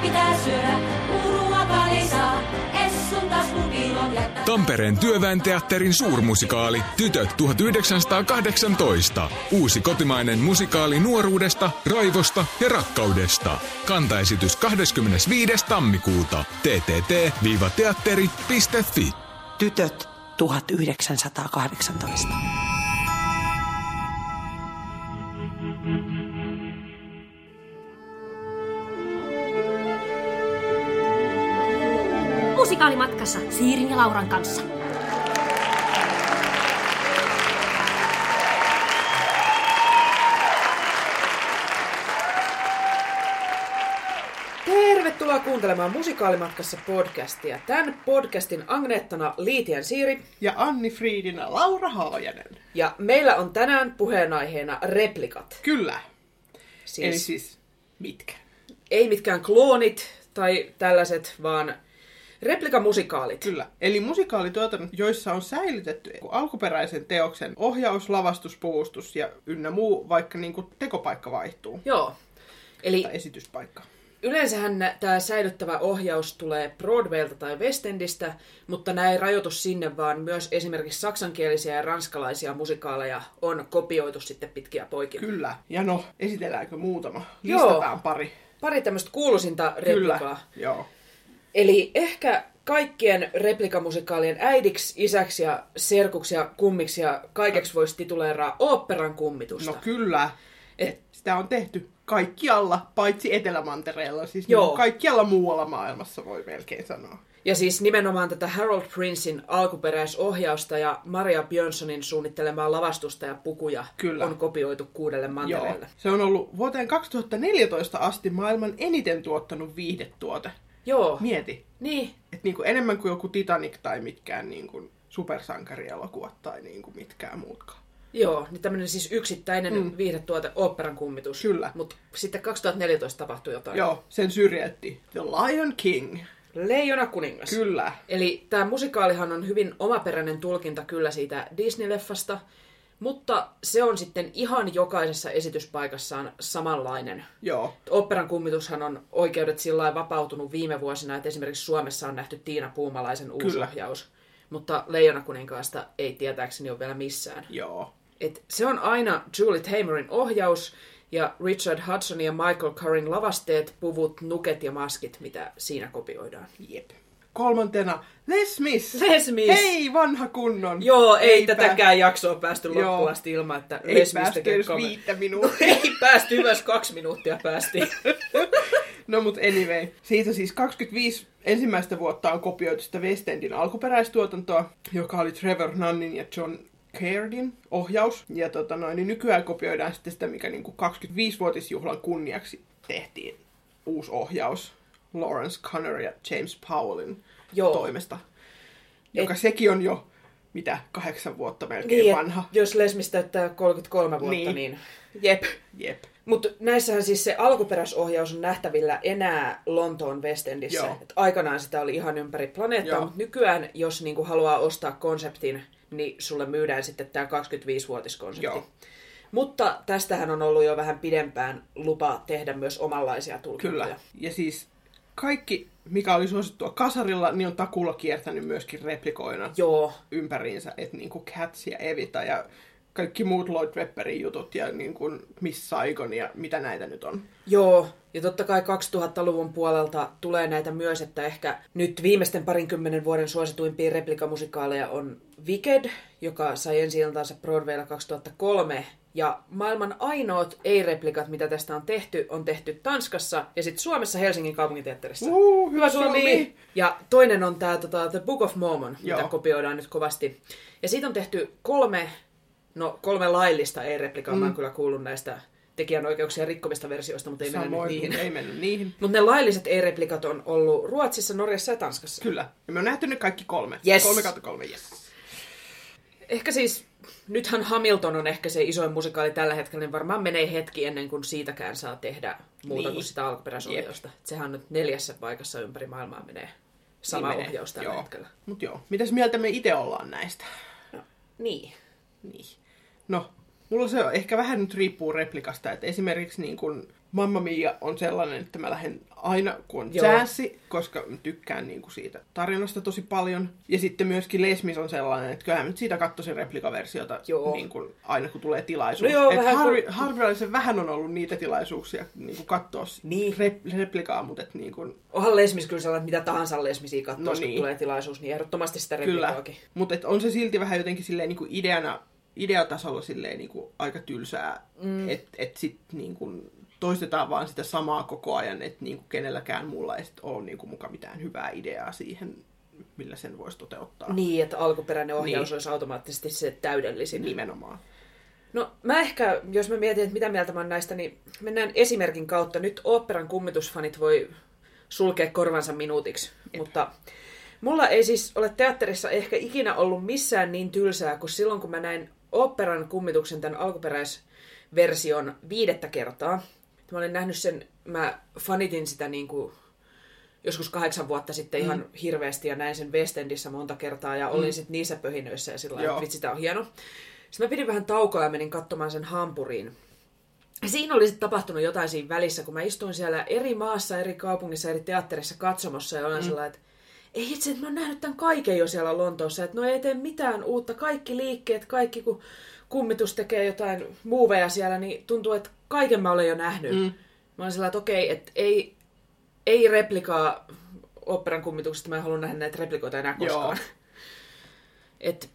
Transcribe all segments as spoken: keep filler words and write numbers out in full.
pitää syödä, ruokaa ei saa, Essun taskun piilon jättää. Tampereen Työväen teatterin suurmusikaali Tytöt tuhatyhdeksänsataakahdeksantoista. Uusi kotimainen musikaali nuoruudesta, raivosta ja rakkaudesta. Kantaesitys kahdeskymmenesviides tammikuuta. t t t piste teatteri piste f i. Tytöt tuhatyhdeksänsataakahdeksantoista. Musikaalimatkassa Siirin ja Lauran kanssa. Tervetuloa kuuntelemaan Musikaalimatkassa podcastia. Tämän podcastin Agneettana Liitian Siiri ja Anni Friidinä Laura Haajanen. Ja meillä on tänään puheenaiheena replikat. Kyllä. Siis, Eli siis mitkä? Ei mitkään kloonit tai tällaiset, vaan replikamusikaalit. Kyllä. Eli musikaalituotannot, joissa on säilytetty alkuperäisen teoksen ohjaus, lavastus, puvustus ja ynnä muu, vaikka niin kuin tekopaikka vaihtuu. Joo. Eli tai esityspaikka. Yleensähän tämä säilyttävä ohjaus tulee Broadwaylta tai West Endistä, mutta nämä ei rajoitu sinne, vaan myös esimerkiksi saksankielisiä ja ranskalaisia musikaaleja on kopioitu sitten pitkiä poikia. Kyllä. Ja no, esitelläänkö muutama? Listataan Joo. pari. Pari tämmöistä kuuluisinta replikaa. Kyllä, joo. Eli ehkä kaikkien replikamusikaalien äidiksi, isäksi ja serkuksi ja kummiksi ja kaikeksi voisi tituleeraa oopperan kummitusta. No kyllä. Et sitä on tehty kaikkialla, paitsi Etelämantereella. Siis Joo. niin kaikkialla muualla maailmassa voi melkein sanoa. Ja siis nimenomaan tätä Harold Princein alkuperäisohjausta ja Maria Björnssonin suunnittelemaa lavastusta ja pukuja Kyllä. on kopioitu kuudelle mantereelle. Joo. Se on ollut vuoteen kaksituhattaneljätoista asti maailman eniten tuottanut viihdetuote. Joo. Mieti. Niin. Et niinku enemmän kuin joku Titanic tai mitkään niinku supersankarielokuvat tai niinku mitkään muutkaan. Joo, niin tämmöinen siis yksittäinen mm. viihdetuote, oopperan kummitus. Kyllä. Mutta sitten kaksituhattaneljätoista tapahtui jotain. Joo, sen syrjäytti The Lion King. Leijona kuningas. Kyllä. Eli tämä musikaalihan on hyvin omaperäinen tulkinta kyllä siitä Disney-leffasta, mutta se on sitten ihan jokaisessa esityspaikassaan samanlainen. Joo. Oopperan kummitushan on oikeudet sillä lailla vapautunut viime vuosina, että esimerkiksi Suomessa on nähty Tiina Puumalaisen uusohjaus. Mutta Leijona kuninkaasta ei tietääkseni ole vielä missään. Joo. Et se on aina Julie Taymourin ohjaus ja Richard Hudsonin ja Michael Currin lavasteet, puvut, nuket ja maskit, mitä siinä kopioidaan. Jep. Kolmantena Les Mis. Les Mis. Hei, vanha kunnon. Joo, ei Eipä. tätäkään jaksoa päästy Joo. loppuun asti ilman, että Ei Les Mis päästy tekee edes kome- viittä No, minuuttia. ei päästy ylös, kaksi minuuttia päästiin. No mut anyway. Siitä siis kaksikymmentäviisi ensimmäistä vuotta on kopioitu sitä West Endin alkuperäistuotantoa, joka oli Trevor Nunnin ja John Cairdin ohjaus. Ja tota noin, niin nykyään kopioidaan sitten sitä, mikä niinku kaksikymmentäviisivuotisjuhlan kunniaksi tehtiin uusi ohjaus Lawrence Conner ja James Powellin Joo. toimesta. Joka Et- sekin on jo, mitä, kahdeksan vuotta melkein Niin, vanha. jos Les Mis täyttää kolmekymmentäkolme vuotta, niin, Niin. niin jep. Jep. Mutta näissähän siis se alkuperäisohjaus on nähtävillä enää Lontoon West Endissä. Joo. Et aikanaan sitä oli ihan ympäri planeettaa, Joo. mutta nykyään, jos niinku haluaa ostaa konseptin, niin sulle myydään sitten tämä kaksikymmentäviisivuotiskonsepti. Joo. Mutta tästähän on ollut jo vähän pidempään lupa tehdä myös omanlaisia tulkintoja. Kyllä. Ja siis kaikki, mikä oli suosittua kasarilla, niin on takuulla kiertänyt myöskin replikoina Joo. ympäriinsä. Että niinku Cats ja Evita ja kaikki muut Lloyd Webberin jutut ja niinku Miss Saigon ja mitä näitä nyt on. Joo, ja totta kai kaksituhattaluvun puolelta tulee näitä myös, että ehkä nyt viimeisten parinkymmenen vuoden suosituimpia replikamusikaaleja on Wicked, joka sai ensi-iltansa Broadwaylla kaksituhattakolme, ja maailman ainoat ei-replikat, mitä tästä on tehty, on tehty Tanskassa ja sitten Suomessa Helsingin kaupunginteatterissa. Uh, Hyvä Suomi! Suomi! Ja toinen on tämä tota, The Book of Mormon, Joo. mitä kopioidaan nyt kovasti. Ja siitä on tehty kolme, no kolme laillista ei-replikaa, mm. mä oon kyllä kuullut näistä tekijänoikeuksien rikkomista versioista, mutta ei mennä nyt Samoin, niihin. ei mennyt niihin. Mutta ne lailliset ei-replikat on ollut Ruotsissa, Norjassa ja Tanskassa. Kyllä. Ja me on nähty ne kaikki kolme. Yes. Kolme kautta kolme, yes. Ehkä siis, nythän Hamilton on ehkä se isoin musikaali tällä hetkellä, niin varmaan menee hetki ennen kuin siitäkään saa tehdä muuta Niin. kuin sitä alkuperäisohjausta. Sehän on nyt neljässä paikassa ympäri maailmaa menee sama Niin menee. ohjaus tällä Joo. hetkellä. Mut joo, mitäs mieltä me itse ollaan näistä? No, niin. Niin. No, mulla se on, ehkä vähän nyt riippuu replikasta, että esimerkiksi niin kun Mamma Mia on sellainen, että mä lähden aina, kun on Joo. jazzsi, koska mä tykkään niin kuin siitä tarinasta tosi paljon. Ja sitten myöskin Les Mis on sellainen, että kyllähän nyt siitä katsoisin replikaversiota niin kuin aina, kun tulee tilaisuus. No joo, et vähän harvi, kun... harvinaisen vähän on ollut niitä tilaisuuksia niin kuin katsoa Niin. rep- replikaa, mutta et niin kuin... Onhan Les Mis kyllä sellainen, mitä tahansa Les Misia katsoo, No kun niin. tulee tilaisuus, niin ehdottomasti sitä Kyllä, replikaakin. mutta on se silti vähän jotenkin silleen niin kuin ideana, ideatasolla silleen niin kuin aika tylsää, mm. että et sit niin kuin toistetaan vaan sitä samaa koko ajan, että niin kuin kenelläkään mulla ei sit ole niin kuin muka mitään hyvää ideaa siihen, millä sen voisi toteuttaa. Niin, että alkuperäinen ohjaus Niin. olisi automaattisesti se täydellisin. Nimenomaan. No mä ehkä, jos mä mietin, että mitä mieltä mä oon näistä, niin mennään esimerkin kautta. Nyt oopperan kummitusfanit voi sulkea korvansa minuutiksi, Jep. mutta mulla ei siis ole teatterissa ehkä ikinä ollut missään niin tylsää kuin silloin, kun mä näin oopperan kummituksen tämän alkuperäisversion viidettä kertaa. Mä olin nähnyt sen, mä fanitin sitä niin kuin joskus kahdeksan vuotta sitten ihan mm. hirveästi ja näin sen West Endissä monta kertaa ja olin mm. sitten niissä pöhinöissä ja sillä lailla, että vitsi, tää on hieno. Sitten mä pidin vähän taukoa ja menin katsomaan sen Hampuriin. Siinä oli sitten tapahtunut jotain siinä välissä, kun mä istuin siellä eri maassa, eri kaupungissa, eri teatterissa katsomossa ja olen mm. sellainen, että ei itse, että mä oon nähnyt tämän kaiken jo siellä Lontoossa, että no ei tee mitään uutta, kaikki liikkeet, kaikki kun kummitus tekee jotain muuveja siellä, niin tuntuu, että kaiken mä olen jo nähnyt. Mm. Mä olen sellainen, että okei, että ei, ei replikaa oopperan kummituksesta, mä en halua nähdä näitä replikoita enää koskaan. Et,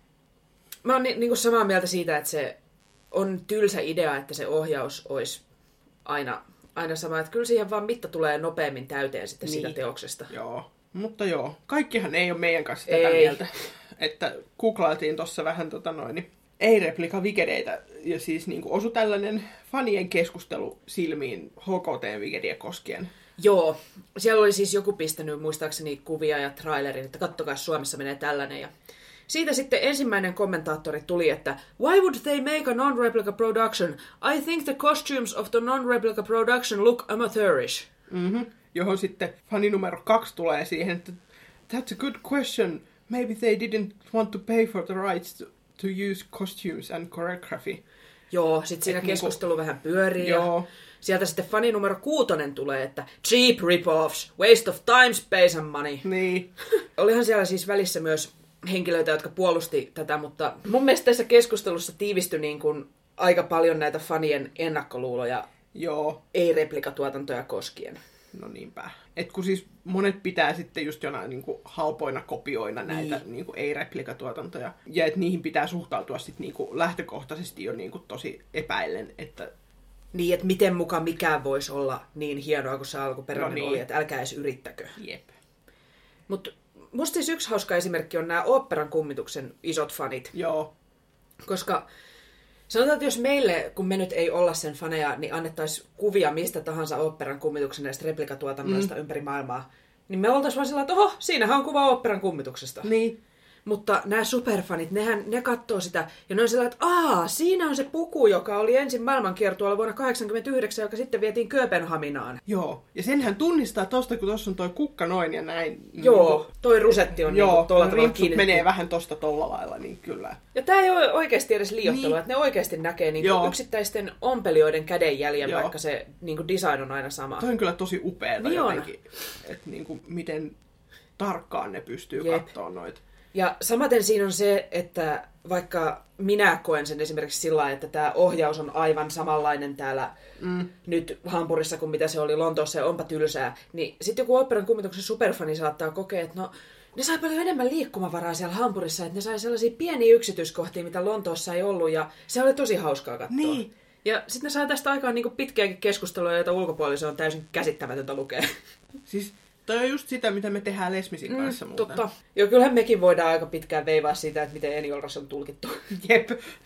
mä oon ni, niin kuin samaa mieltä siitä, että se on tylsä idea, että se ohjaus olisi aina, aina sama. Että kyllä siihen vaan mitta tulee nopeammin täyteen sitten niin. siitä teoksesta. Joo, mutta joo. Kaikkihan ei ole meidän kanssa tätä ei. mieltä. Että googlailtiin tuossa vähän tota noin, niin ei replika Wigedeitä. Ja siis niin kuin osui tällainen fanien keskustelu silmiin H K T-Wigediä koskien. Joo, siellä oli siis joku pistänyt muistaakseni kuvia ja trailerin, että kattokaa, Suomessa menee tällainen. Ja siitä sitten ensimmäinen kommentaattori tuli, että why would they make a non-replica production? I think the costumes of the non-replica production look amateurish. Mm-hmm. Johon sitten fani numero kaksi tulee siihen, että that's a good question. Maybe they didn't want to pay for the rights to, to use costumes and choreography. Joo, sitten siinä Et keskustelu niinku vähän pyörii. Joo. Ja sieltä sitten fani numero kuutonen tulee, että cheap rip-offs, waste of time, space and money. Niin. Olihan siellä siis välissä myös henkilöitä, jotka puolusti tätä, mutta mun mielestä tässä keskustelussa tiivistyi niin kuin aika paljon näitä fanien ennakkoluuloja Joo. ei-replikatuotantoja koskien. No niinpä. Et kun siis monet pitää sitten just jonain niin kuin halpoina kopioina näitä niin. Niin kuin ei-replikatuotantoja. Ja että niihin pitää suhtautua sitten niin kuin lähtökohtaisesti jo niin kuin tosi epäillen, että niin, että miten muka mikään voisi olla niin hienoa kuin se alkuperäinen no niin. oli, että älkää edes yrittäkö. Jep. Mutta musta siis yksi hauska esimerkki on nämä oopperan kummituksen isot fanit. Joo. Koska sanotaan, että jos meille, kun me nyt ei olla sen faneja, niin annettaisiin kuvia mistä tahansa oopperan kummituksen näistä replikatuotannoista mm. ympäri maailmaa, niin me oltaisiin vaan sillä, että oho, siinähän on kuva oopperan kummituksesta. Niin. Mutta nämä superfanit, nehän, ne katsoo sitä ja ne on sillä, että aah, siinä on se puku, joka oli ensin maailmankiertueella vuonna kahdeksankymmentäyhdeksän, joka sitten vietiin Kööpenhaminaan. Joo, ja senhän tunnistaa tosta, kun tuossa on toi kukka noin ja näin. Joo, niin kuin, toi rusetti on joo, niin tuolla tavalla kiinni. Menee vähän tosta tolla lailla, niin kyllä. Ja tää ei ole oikeasti edes liioittelua, niin. että ne oikeasti näkee niin kuin yksittäisten ompelijoiden kädenjäljen, joo. vaikka se niin kuin design on aina sama. Toi on kyllä tosi upeeta niin jotenkin, että niin kuin, miten tarkkaan ne pystyy katsoa noita. Ja samaten siinä on se, että vaikka minä koen sen esimerkiksi sillä lailla, että tämä ohjaus on aivan samanlainen täällä mm. nyt Hampurissa kuin mitä se oli Lontoossa ja onpa tylsää, niin sitten joku oopperan kummituksen superfani saattaa kokea, että no, ne sai paljon enemmän liikkumavaraa siellä Hampurissa, että ne sai sellaisia pieniä yksityiskohtia, mitä Lontoossa ei ollut, ja se oli tosi hauskaa katsoa. Niin. Ja sitten ne sai tästä aikaan niin pitkiäkin keskustelua, joita ulkopuolella on täysin käsittämätöntä lukea. Siis toi on just sitä, mitä me tehdään Les Misin kanssa. Mm, totta. Joo, kyllähän mekin voidaan aika pitkään veivaa siitä, että miten Eniolras on tulkittu. Jep.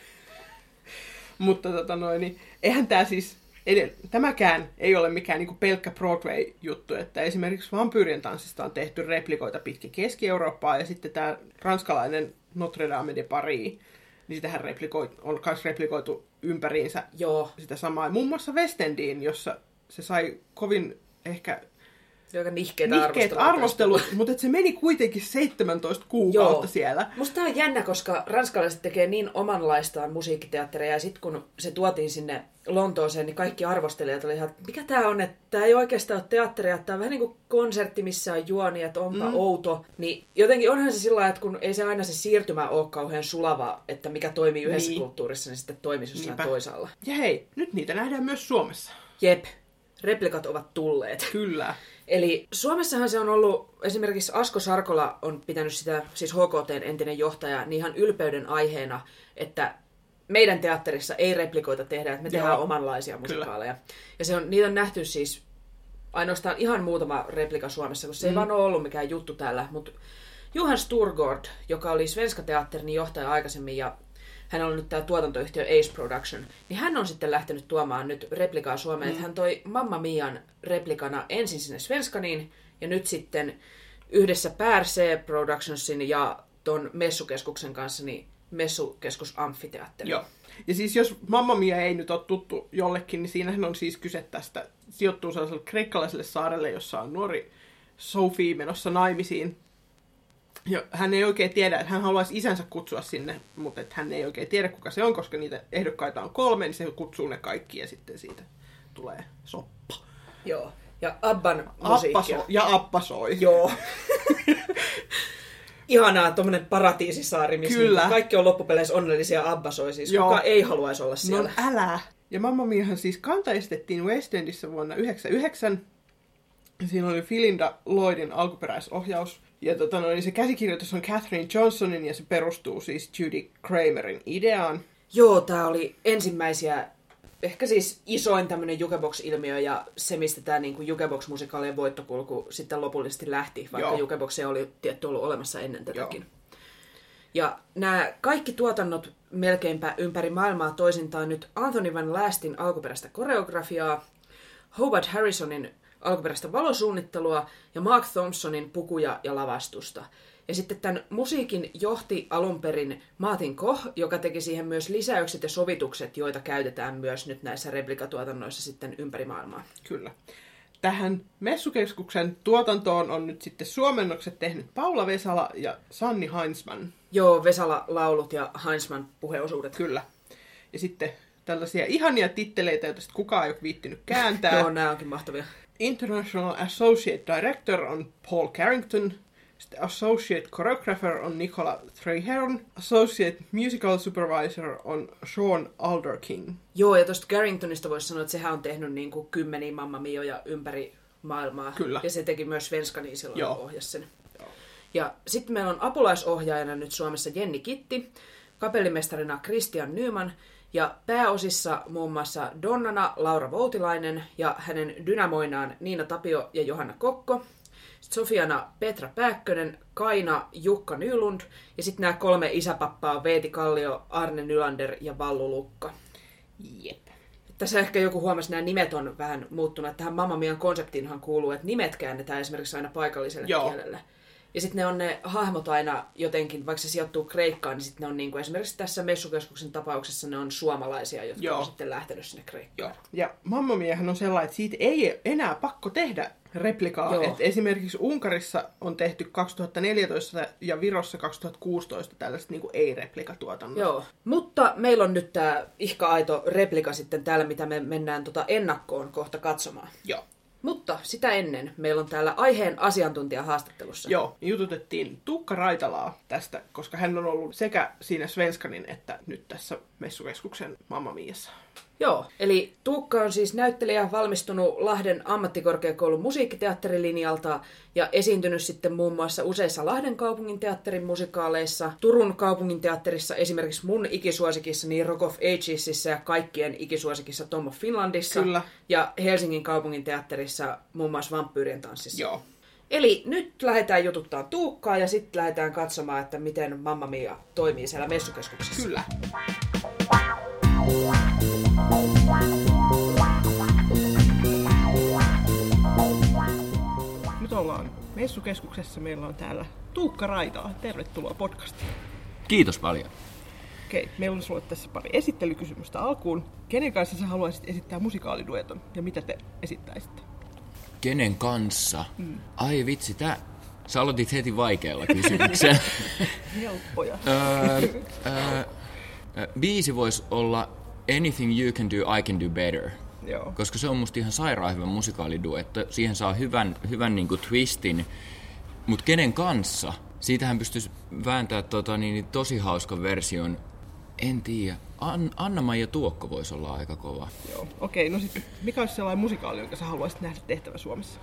Mutta tota noin, niin eihän tää siis, edell- tämäkään ei ole mikään niinku pelkkä Broadway-juttu, että esimerkiksi Vampyyrien tanssista on tehty replikoita pitkin Keski-Eurooppaa, ja sitten tää ranskalainen Notre Dame de Paris, niin sitähän replikoi- on myös replikoitu ympäriinsä. Joo. Sitä samaa. Muun muassa West Endiin, jossa se sai kovin ehkä Joka nihkeitä nihkeet arvostelut. arvostelut, mutta se meni kuitenkin seitsemäntoista kuukautta Joo. siellä. Musta tää on jännä, koska ranskalaiset tekee niin omanlaistaan musiikkiteattereja, ja sitten kun se tuotiin sinne Lontooseen, niin kaikki arvostelijat oli ihan, mikä tää on, että tää ei oikeastaan ole teatteria, että tää on vähän niin kuin konsertti, missä on juoni, että onpa mm. outo. Niin jotenkin onhan se sillä lailla, että kun ei se aina se siirtymä ole kauhean sulava, että mikä toimii yhdessä niin. kulttuurissa, niin sitten toimisi jossain toisaalla. Ja hei, nyt niitä nähdään myös Suomessa. Jep, replikat ovat tulleet. Kyllä. Eli Suomessahan se on ollut, esimerkiksi Asko Sarkola on pitänyt sitä, siis H K T:n entinen johtaja, niin ihan ylpeyden aiheena, että meidän teatterissa ei replikoita tehdä, että me Joo. tehdään omanlaisia musikaaleja. Kyllä. Ja se on, niitä on nähty siis ainoastaan ihan muutama replika Suomessa, koska se mm. ei vaan ole ollut mikään juttu täällä. Mutta Johan Sturgård, joka oli Svenska Teatterin johtaja aikaisemmin, ja hän on nyt tämä tuotantoyhtiö Ace Production, niin hän on sitten lähtenyt tuomaan nyt replikaa Suomeen. Mm. Että hän toi Mamma Mian replikana ensin sinne Svenskaniin, ja nyt sitten yhdessä Per C Productionsin ja ton Messukeskuksen kanssa, niin Messukeskus Amfiteatteri. Joo. Ja siis jos Mamma Mia ei nyt ole tuttu jollekin, niin siinähän on siis kyse tästä, sijoittuu sellaiselle kreikkalaiselle saarelle, jossa on nuori Sophie menossa naimisiin. Ja hän ei oikein tiedä, että hän haluaisi isänsä kutsua sinne, mutta että hän ei oikein tiedä, kuka se on, koska niitä ehdokkaita on kolme, niin se kutsuu ne kaikki ja sitten siitä tulee soppa. Joo, ja Abban musiikkia. Appa so- ja Appa soi. Joo. Ihanaa, tommonen paratiisisaari, missä Kyllä. Niin kaikki on loppupeleissä onnellisia Abba soi, siis Joo. kuka ei haluaisi olla siellä. No älä! Ja Mamma Miahan siis kantaestettiin West Endissä vuonna yhdeksänkymmentäyhdeksän. Siinä oli Philinda Lloydin alkuperäisohjaus. Ja tota, no, niin se käsikirjoitus on Catherine Johnsonin ja se perustuu siis Judy Kramerin ideaan. Joo, tää oli ensimmäisiä, ehkä siis isoin tämmönen Jukebox-ilmiö ja se, mistä tää niinku Jukebox-musikaalien voittokulku sitten lopullisesti lähti, vaikka Joo. Jukebox oli tietty ollut olemassa ennen tätäkin. Joo. Ja nämä kaikki tuotannot melkeinpä ympäri maailmaa toisintaan nyt Anthony Van Lastin alkuperäistä koreografiaa, Howard Harrisonin alkuperäistä valosuunnittelua ja Mark Thompsonin pukuja ja lavastusta. Ja sitten tämän musiikin johti alun perin Martin Koch, joka teki siihen myös lisäykset ja sovitukset, joita käytetään myös nyt näissä replikatuotannoissa sitten ympäri maailmaa. Kyllä. Tähän Messukeskuksen tuotantoon on nyt sitten suomennokset tehnyt Paula Vesala ja Sanni Heinzman. Joo, Vesala laulut ja Heinzman puheosuudet. Kyllä. Ja sitten tällaisia ihania titteleitä, joita kukaan ei ole viittinyt kääntää. Joo, nämä onkin mahtavia. International Associate Director on Paul Carrington. Sitten Associate Choreographer on Nicola Treherne. Associate Musical Supervisor on Sean Alderking. Joo, ja tuosta Carringtonista voisi sanoa, että sehän on tehnyt niin kuin kymmeniä Mamma Mioja ympäri maailmaa. Kyllä. Ja se teki myös Svenskaniin silloin, Joo. ohjasi sen. Joo. Ja sitten meillä on apulaisohjaajana nyt Suomessa Jenni Kitti, kapellimestarina Christian Nyman, ja pääosissa muun muassa Donnana Laura Voutilainen ja hänen dynamoinaan Niina Tapio ja Johanna Kokko. Sitten Sofiana Petra Pääkkönen, Kaina Jukka Nylund ja sitten nämä kolme isäpappaa Veeti Kallio, Arne Nylander ja Vallu Lukka. Jep. Tässä ehkä joku huomasi, että nämä nimet on vähän muuttunut. Tähän Mamma Mian konseptiinhan kuuluu, että nimet käännetään esimerkiksi aina paikalliselle Joo. kielelle. Ja sitten ne on ne hahmot aina jotenkin, vaikka se sijoittuu Kreikkaan, niin sitten ne on niin kuin esimerkiksi tässä Messukeskuksen tapauksessa ne on suomalaisia, jotka Joo. on sitten lähtenyt sinne Kreikkaan. Joo. Ja Mamma Miahan on sellainen, että siitä ei enää pakko tehdä replikaa. Et esimerkiksi Unkarissa on tehty kaksituhattaneljätoista ja Virossa kaksituhattakuusitoista tällaiset niin kuin ei-replikatuotannot. Joo, mutta meillä on nyt tämä ihka aito replika sitten täällä, mitä me mennään tota ennakkoon kohta katsomaan. Joo. Mutta sitä ennen meillä on täällä aiheen asiantuntijahaastattelussa. Joo, jututettiin Tuukka Raitalaa tästä, koska hän on ollut sekä siinä Svenskanin että nyt tässä Messukeskuksen Mamma Miassa. Joo, eli Tuukka on siis näyttelijä, valmistunut Lahden ammattikorkeakoulun musiikkiteatterilinjalta ja esiintynyt sitten muun muassa useissa Lahden kaupungin teatterin musikaaleissa, Turun kaupungin teatterissa, esimerkiksi mun ikisuosikissa, niin Rock of Agesissa ja kaikkien ikisuosikissa Tom of Finlandissa. Kyllä. Ja Helsingin kaupungin teatterissa muun muassa Vampyyrien tanssissa. Joo. Eli nyt lähdetään jututtaa Tuukkaa ja sitten lähdetään katsomaan, että miten Mamma Mia toimii siellä Messukeskuksessa. Kyllä. Nyt ollaan Messukeskuksessa. Meillä on täällä Tuukka Raitala. Tervetuloa podcastiin. Kiitos paljon. Okei, meillä on sulle tässä pari esittelykysymystä alkuun. Kenen kanssa sä haluaisit esittää musikaalidueton ja mitä te esittäisitte? Kenen kanssa? Mm. Ai vitsi, tää... Sä aloitit heti vaikealla kysymyksellä. Helppoja. öö, öö, biisi voisi olla Anything You Can Do, I Can Do Better. Joo. Koska se on musta ihan sairaan hyvä musikaaliduetto. Siihen saa hyvän, hyvän niin kuin twistin. Mut kenen kanssa? Siitähän pystyisi vääntämään tota, niin, tosi hauskan version. En tiedä. An- Anna-Maija Tuokko voisi olla aika kova. Joo. Okei, no sitten mikä olisi sellainen musikaali, jonka sä haluaisit nähdä tehtävä Suomessa?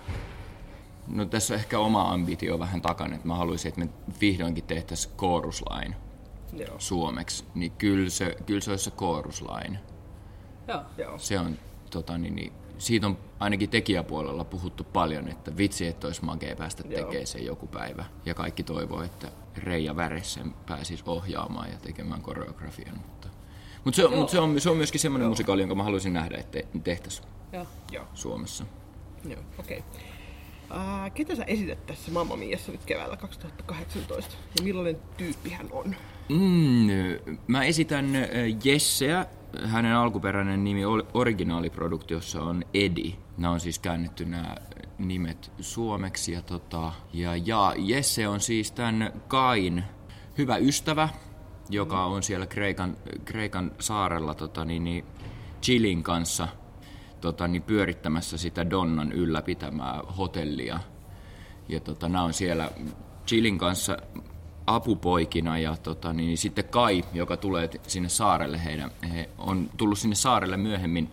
No tässä on ehkä oma ambitio vähän takana, että mä haluaisin, että me vihdoinkin tehtäisiin Chorus Line Joo. suomeksi. Niin kyllä se, kyllä se olisi se Chorus Line. Joo. Joo. Se on, tota, niin, niin, siitä on ainakin tekijäpuolella puhuttu paljon, että vitsi, että olisi makea päästä tekemään sen joku päivä. Ja kaikki toivoo, että Reija Väressen pääsisi ohjaamaan ja tekemään koreografian. Mutta, mutta, se, mutta se, on, se on myöskin semmoinen musikaali, jonka mä haluaisin nähdä, että tehtäisiin Joo. Suomessa. Joo, okei. Okay. Uh, ketä sä esität tässä Mamma Miassa nyt keväällä kaksituhattakahdeksantoista ja millainen tyyppi hän on? Mm, mä esitän Jesseä. Hänen alkuperäinen nimi originaaliproduktiossa on Edi. Nämä on siis käännetty nämä nimet suomeksi. Ja, tota, ja, ja Jesse on siis tämän Kain hyvä ystävä, joka on siellä Kreikan, Kreikan saarella tota, niin, niin, Chilin kanssa tota, niin, pyörittämässä sitä Donnan ylläpitämää hotellia. Ja tota, nämä on siellä Chilin kanssa apupoikina ja tota, niin, sitten Kai, joka tulee sinne saarelle, heidän, he on tullut sinne saarelle myöhemmin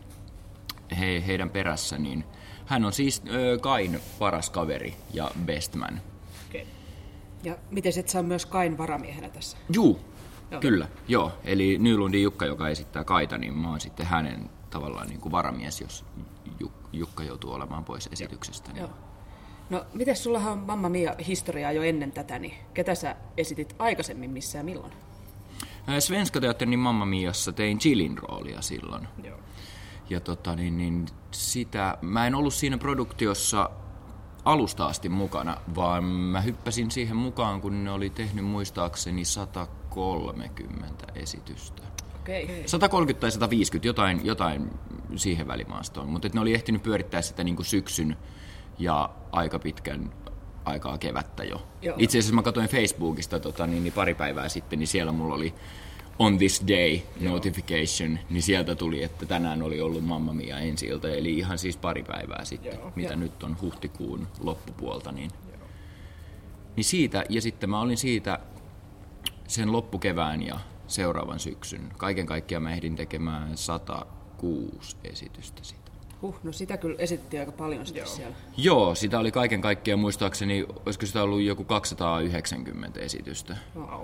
he, heidän perässä, niin hän on siis ö, Kain paras kaveri ja best man. Okay. Ja miten et saa myös Kain varamiehenä tässä? Juu, joo. Kyllä, joo. Eli Nylundin Jukka, joka esittää Kaita, niin mä oon sitten hänen tavallaan niin kuin varamies, jos Jukka joutuu olemaan pois esityksestä. Niin. Joo. No, mites sullahan on Mamma Mia historiaa jo ennen tätä, niin ketä sä esitit aikaisemmin, missä ja milloin? Svenska Teatterin Mamma Miassa tein Chilin roolia silloin. Joo. Ja tota, niin, niin, sitä, mä en ollut siinä produktiossa alusta asti mukana, vaan mä hyppäsin siihen mukaan, kun ne oli tehnyt muistaakseni sata kolmekymmentä esitystä. Okei. sata kolmekymmentä tai sata viisikymmentä, jotain, jotain siihen välimaastoon, mutta ne oli ehtinyt pyörittää sitä niin kuin syksyn ja aika pitkän aikaa kevättä jo. Joo. Itse asiassa mä katsoin Facebookista tota, niin, niin pari päivää sitten, niin siellä mulla oli on this day notification, niin sieltä tuli, että tänään oli ollut Mamma Mia ensi-ilta, eli ihan siis pari päivää sitten, Joo. mitä Joo. nyt on huhtikuun loppupuolta. Niin, niin siitä, ja sitten mä olin siitä sen loppukevään ja seuraavan syksyn. Kaiken kaikkiaan mä ehdin tekemään sata kuusi esitystä siitä. Huh, no sitä kyllä esittiin aika paljon sitten Joo. siellä. Joo, sitä oli kaiken kaikkiaan muistaakseni, olisiko sitä ollut joku kaksisataayhdeksänkymmentä esitystä. Wow.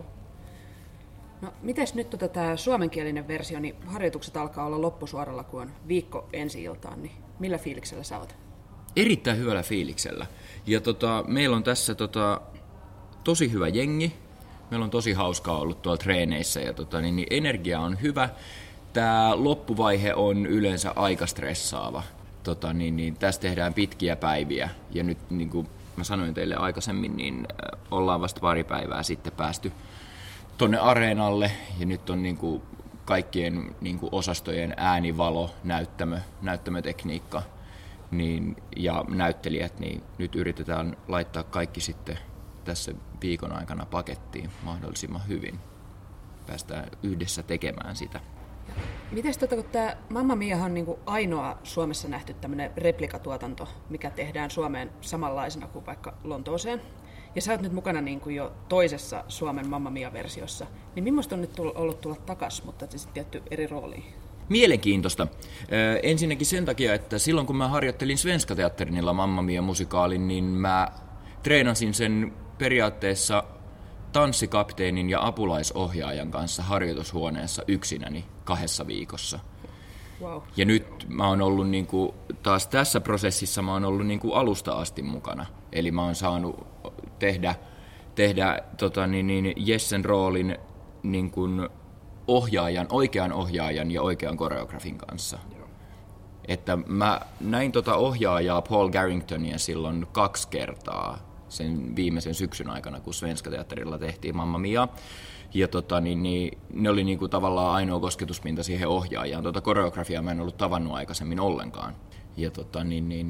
No, mites nyt tota, tämä suomenkielinen versio, niin harjoitukset alkaa olla loppusuoralla, kun on viikko ensi-iltaan, niin millä fiiliksellä sä oot? Erittäin hyvällä fiiliksellä. Ja tota, meillä on tässä tota, tosi hyvä jengi. Meillä on tosi hauskaa ollut tuolla treeneissä ja tota, niin, niin energia on hyvä. Tämä loppuvaihe on yleensä aika stressaava. Tota, niin, niin, tässä tehdään pitkiä päiviä ja nyt niin kuin mä sanoin teille aikaisemmin, niin äh, ollaan vasta pari päivää sitten päästy tonne areenalle ja nyt on niin kuin kaikkien niin kuin osastojen äänivalo, näyttämö, näyttämötekniikka niin, ja näyttelijät, niin nyt yritetään laittaa kaikki sitten tässä viikon aikana pakettiin mahdollisimman hyvin. Päästään yhdessä tekemään sitä. Mites tota, kun tämä Mamma Mia on niinku ainoa Suomessa nähty tämmöinen replikatuotanto, mikä tehdään Suomeen samanlaisena kuin vaikka Lontooseen. Ja sä oot nyt mukana niinku jo toisessa Suomen Mamma Mia-versiossa. Niin millaista on nyt tullut, ollut tulla takas, mutta sitten tietty eri rooliin? Mielenkiintoista. Ö, ensinnäkin sen takia, että silloin kun mä harjoittelin Svenska Teatterinilla Mamma Mia-musikaalin, niin mä treenasin sen periaatteessa tanssikapteenin ja apulaisohjaajan kanssa harjoitushuoneessa yksinäni kahdessa viikossa. Wow. Ja nyt mä oon ollut niinku, taas tässä prosessissa mä oon ollut niinku alusta asti mukana. Eli mä oon saanut tehdä, tehdä tota, niin, niin, Jessen roolin niin kuin ohjaajan, oikean ohjaajan ja oikean koreografin kanssa. Joo. Että mä näin tota ohjaajaa Paul Garringtonia silloin kaksi kertaa sen viimeisen syksyn aikana, kun Svenska Teatterilla tehtiin Mamma Mia. Ja tota, niin, niin, ne oli niinku tavallaan ainoa kosketuspinta siihen ohjaajaan. Tota koreografiaa mä en ollut tavannut aikaisemmin ollenkaan. Ja tota, niin, niin,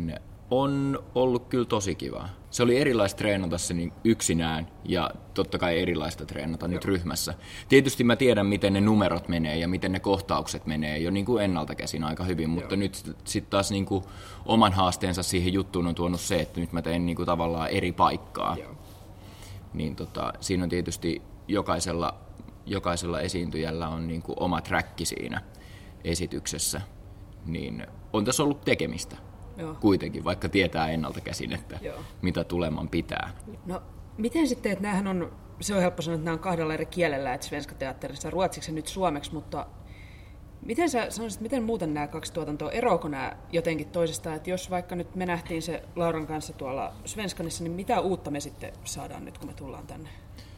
On ollut kyllä tosi kivaa. Se oli erilaista treenata se niin yksinään ja totta kai erilaista treenata nyt ryhmässä. Tietysti mä tiedän, miten ne numerot menee ja miten ne kohtaukset menee jo niin kuin ennalta käsin aika hyvin, mutta Joo. nyt sitten taas niin kuin oman haasteensa siihen juttuun on tuonut se, että nyt mä teen niin kuin tavallaan eri paikkaa. Joo. Niin tota, siinä on tietysti jokaisella, jokaisella esiintyjällä on niin kuin oma träkki siinä esityksessä. Niin on tässä ollut tekemistä. Joo. Kuitenkin, vaikka tietää ennalta käsin, että Joo. mitä tuleman pitää. No, miten sitten, että näähän on, se on helppo sanoa, että nämä on kahdella eri kielellä, että Svenska Teatterissa ruotsiksi ja nyt suomeksi, mutta miten sä sanoisit, miten muuten nämä kaksi tuotantoa, eroako nämä jotenkin toisestaan, että jos vaikka nyt me nähtiin se Lauran kanssa tuolla Svenskanissa, niin mitä uutta me sitten saadaan nyt, kun me tullaan tänne?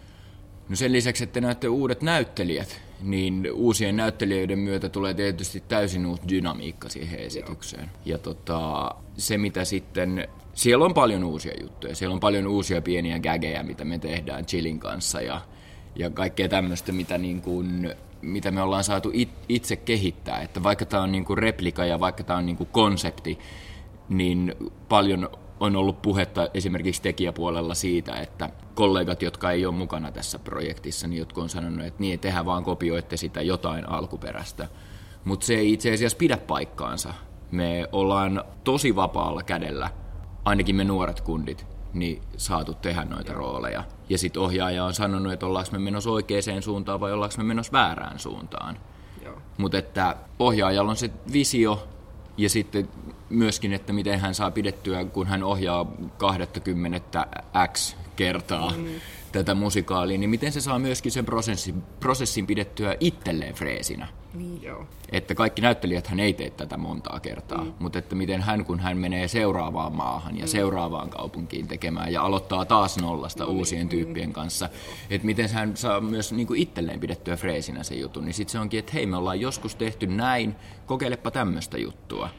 No sen lisäksi, että näette uudet näyttelijät, niin uusien näyttelijöiden myötä tulee tietysti täysin uusi dynamiikka siihen esitykseen. Joo. Ja tota, se mitä sitten, siellä on paljon uusia juttuja, siellä on paljon uusia pieniä gägejä, mitä me tehdään Chillin kanssa ja, ja kaikkea tämmöistä, mitä, niin kuin, mitä me ollaan saatu it, itse kehittää. Että vaikka tämä on niin kuin replika ja vaikka tämä on niin kuin konsepti, niin paljon on ollut puhetta esimerkiksi tekijäpuolella siitä, että kollegat, jotka ei ole mukana tässä projektissa, niin jotka on sanonut, että niin, tehän vaan kopioitte sitä jotain alkuperäistä. Mutta se ei itse asiassa pidä paikkaansa. Me ollaan tosi vapaalla kädellä, ainakin me nuoret kundit, niin saatu tehdä noita rooleja. Ja sitten ohjaaja on sanonut, että ollaanko me menossa oikeaan suuntaan vai ollaanko me menossa väärään suuntaan. Mutta että ohjaajalla on se visio, ja sitten myöskin, että miten hän saa pidettyä, kun hän ohjaa kaksikymmentä X kertaa mm. tätä musikaalia, niin miten se saa myöskin sen prosessin, prosessin pidettyä itselleen freesinä. Niin, joo. Että kaikki näyttelijät hän ei tee tätä montaa kertaa, mm. mutta että miten hän, kun hän menee seuraavaan maahan ja mm. seuraavaan kaupunkiin tekemään ja aloittaa taas nollasta mm. uusien mm. tyyppien kanssa, että miten hän saa myös niin kuin itselleen pidettyä freesinä se jutun, niin sitten se onkin, että hei, me ollaan joskus tehty näin, kokeilepa tämmöistä juttua.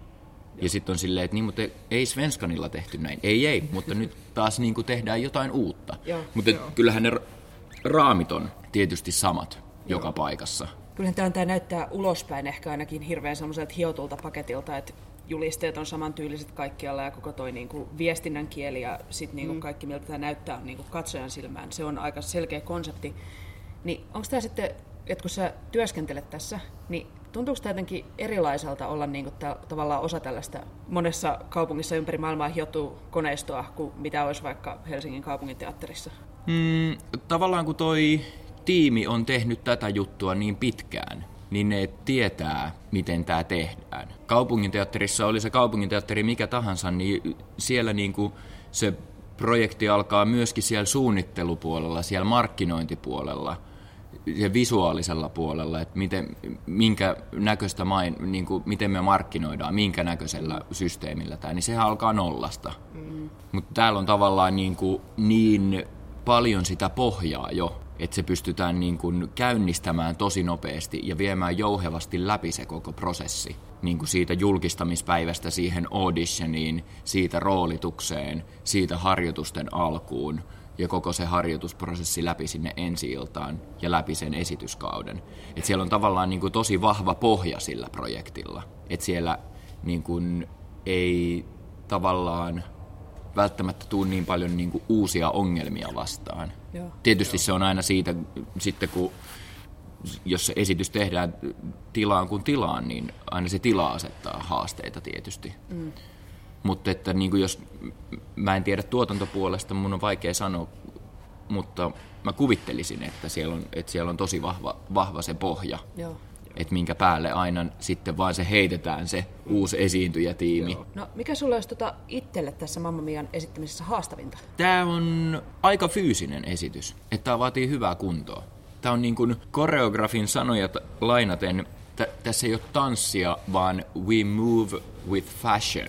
Ja sitten on silleen, että niin, mutta ei Svenskanilla tehty näin. Ei, ei, mutta nyt taas niin kuin tehdään jotain uutta. Mutta kyllähän ne raamit on tietysti samat Joo. joka paikassa. Kyllähän tämä, tämä näyttää ulospäin ehkä ainakin hirveän semmoiselta hiotulta paketilta, että julisteet on samantyyliset kaikkialla ja koko toi niin kuin viestinnän kieli ja sitten niin kuin mm. kaikki, miltä tämä näyttää niin kuin katsojan silmään. Se on aika selkeä konsepti. Niin onko tämä sitten, että kun sä työskentelet tässä, niin tuntuuko tämä jotenkin erilaiselta olla niin kuin ta- tavallaan osa tällaista monessa kaupungissa ympäri maailmaa hiottua koneistoa kuin mitä olisi vaikka Helsingin kaupunginteatterissa? Mm, tavallaan kun toi tiimi on tehnyt tätä juttua niin pitkään, niin ne tietää, miten tämä tehdään. Kaupunginteatterissa, oli se kaupunginteatteri mikä tahansa, niin siellä niin kuin se projekti alkaa myöskin siellä suunnittelupuolella, siellä markkinointipuolella, ja visuaalisella puolella, että miten, minkä näköistä main, niin kuin, miten me markkinoidaan, minkä näköisellä systeemillä tämä, niin sehän alkaa nollasta. Mm. Mutta täällä on tavallaan niin, kuin, niin paljon sitä pohjaa jo, että se pystytään niin kuin käynnistämään tosi nopeasti ja viemään jouhevasti läpi se koko prosessi. Niin kuin siitä julkistamispäivästä siihen auditioniin, siitä roolitukseen, siitä harjoitusten alkuun, ja koko se harjoitusprosessi läpi sinne ensi-iltaan ja läpi sen esityskauden. Et siellä on tavallaan niin kuin tosi vahva pohja sillä projektilla. Et siellä niin kuin ei tavallaan välttämättä tule niin paljon niin kuin uusia ongelmia vastaan. Joo. Tietysti Joo. se on aina siitä, sitten kun jos se esitys tehdään tilaan kuin tilaan, niin aina se tila asettaa haasteita tietysti. Mm. Mutta että niin kuin jos, mä en tiedä tuotantopuolesta, mun on vaikea sanoa, mutta mä kuvittelisin, että siellä on, että siellä on tosi vahva, vahva se pohja. Joo. Että minkä päälle aina sitten vaan se heitetään se uusi esiintyjätiimi. Joo. No mikä sulla olisi tota itselle tässä Mamma Mian esittämisessä haastavinta? Tää on aika fyysinen esitys, että tää vaatii hyvää kuntoa. Tää on niin kuin koreografin sanoja lainaten, T- tässä ei ole tanssia, vaan we move with fashion.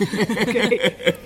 Okay.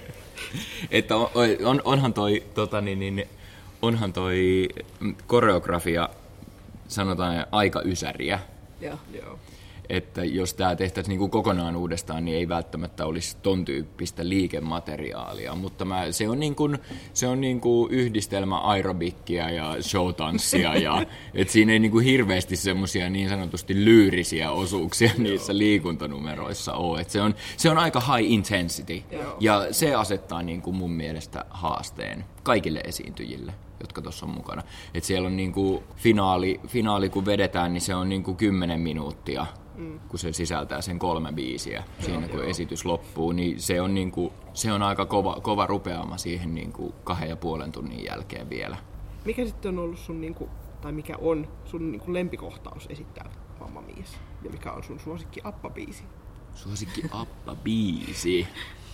Että on, on, onhan toi, tota, niin, niin, onhan toi koreografia, sanotaan, aika ysäriä. Joo. Joo. että jos tämä tehtäisiin niin kuin kokonaan uudestaan, niin ei välttämättä olisi ton tyyppistä liikemateriaalia, mutta mä, se on, niin kuin, se on niin kuin yhdistelmä aerobikkia ja showtanssia, ja et siinä ei niin kuin hirveästi semmoisia niin sanotusti lyyrisiä osuuksia niissä liikuntanumeroissa ole. Et se, on, se on aika high intensity, Joo. ja se asettaa niin kuin mun mielestä haasteen kaikille esiintyjille, jotka tuossa on mukana. Et siellä on niinku finaali, finaali, kun vedetään, niin se on niinku kymmenen minuuttia, mm. kun se sisältää sen kolme biisiä siinä, kun joo. esitys loppuu. Niin se on, niinku, se on aika kova, kova rupeama siihen niinku kahden ja puolen tunnin jälkeen vielä. Mikä sitten on ollut sun, niinku, tai mikä on sun niinku lempikohtaus esittää Mamma Miassa? Ja mikä on sun suosikki Appa-biisi? Suosikki Appa-biisi?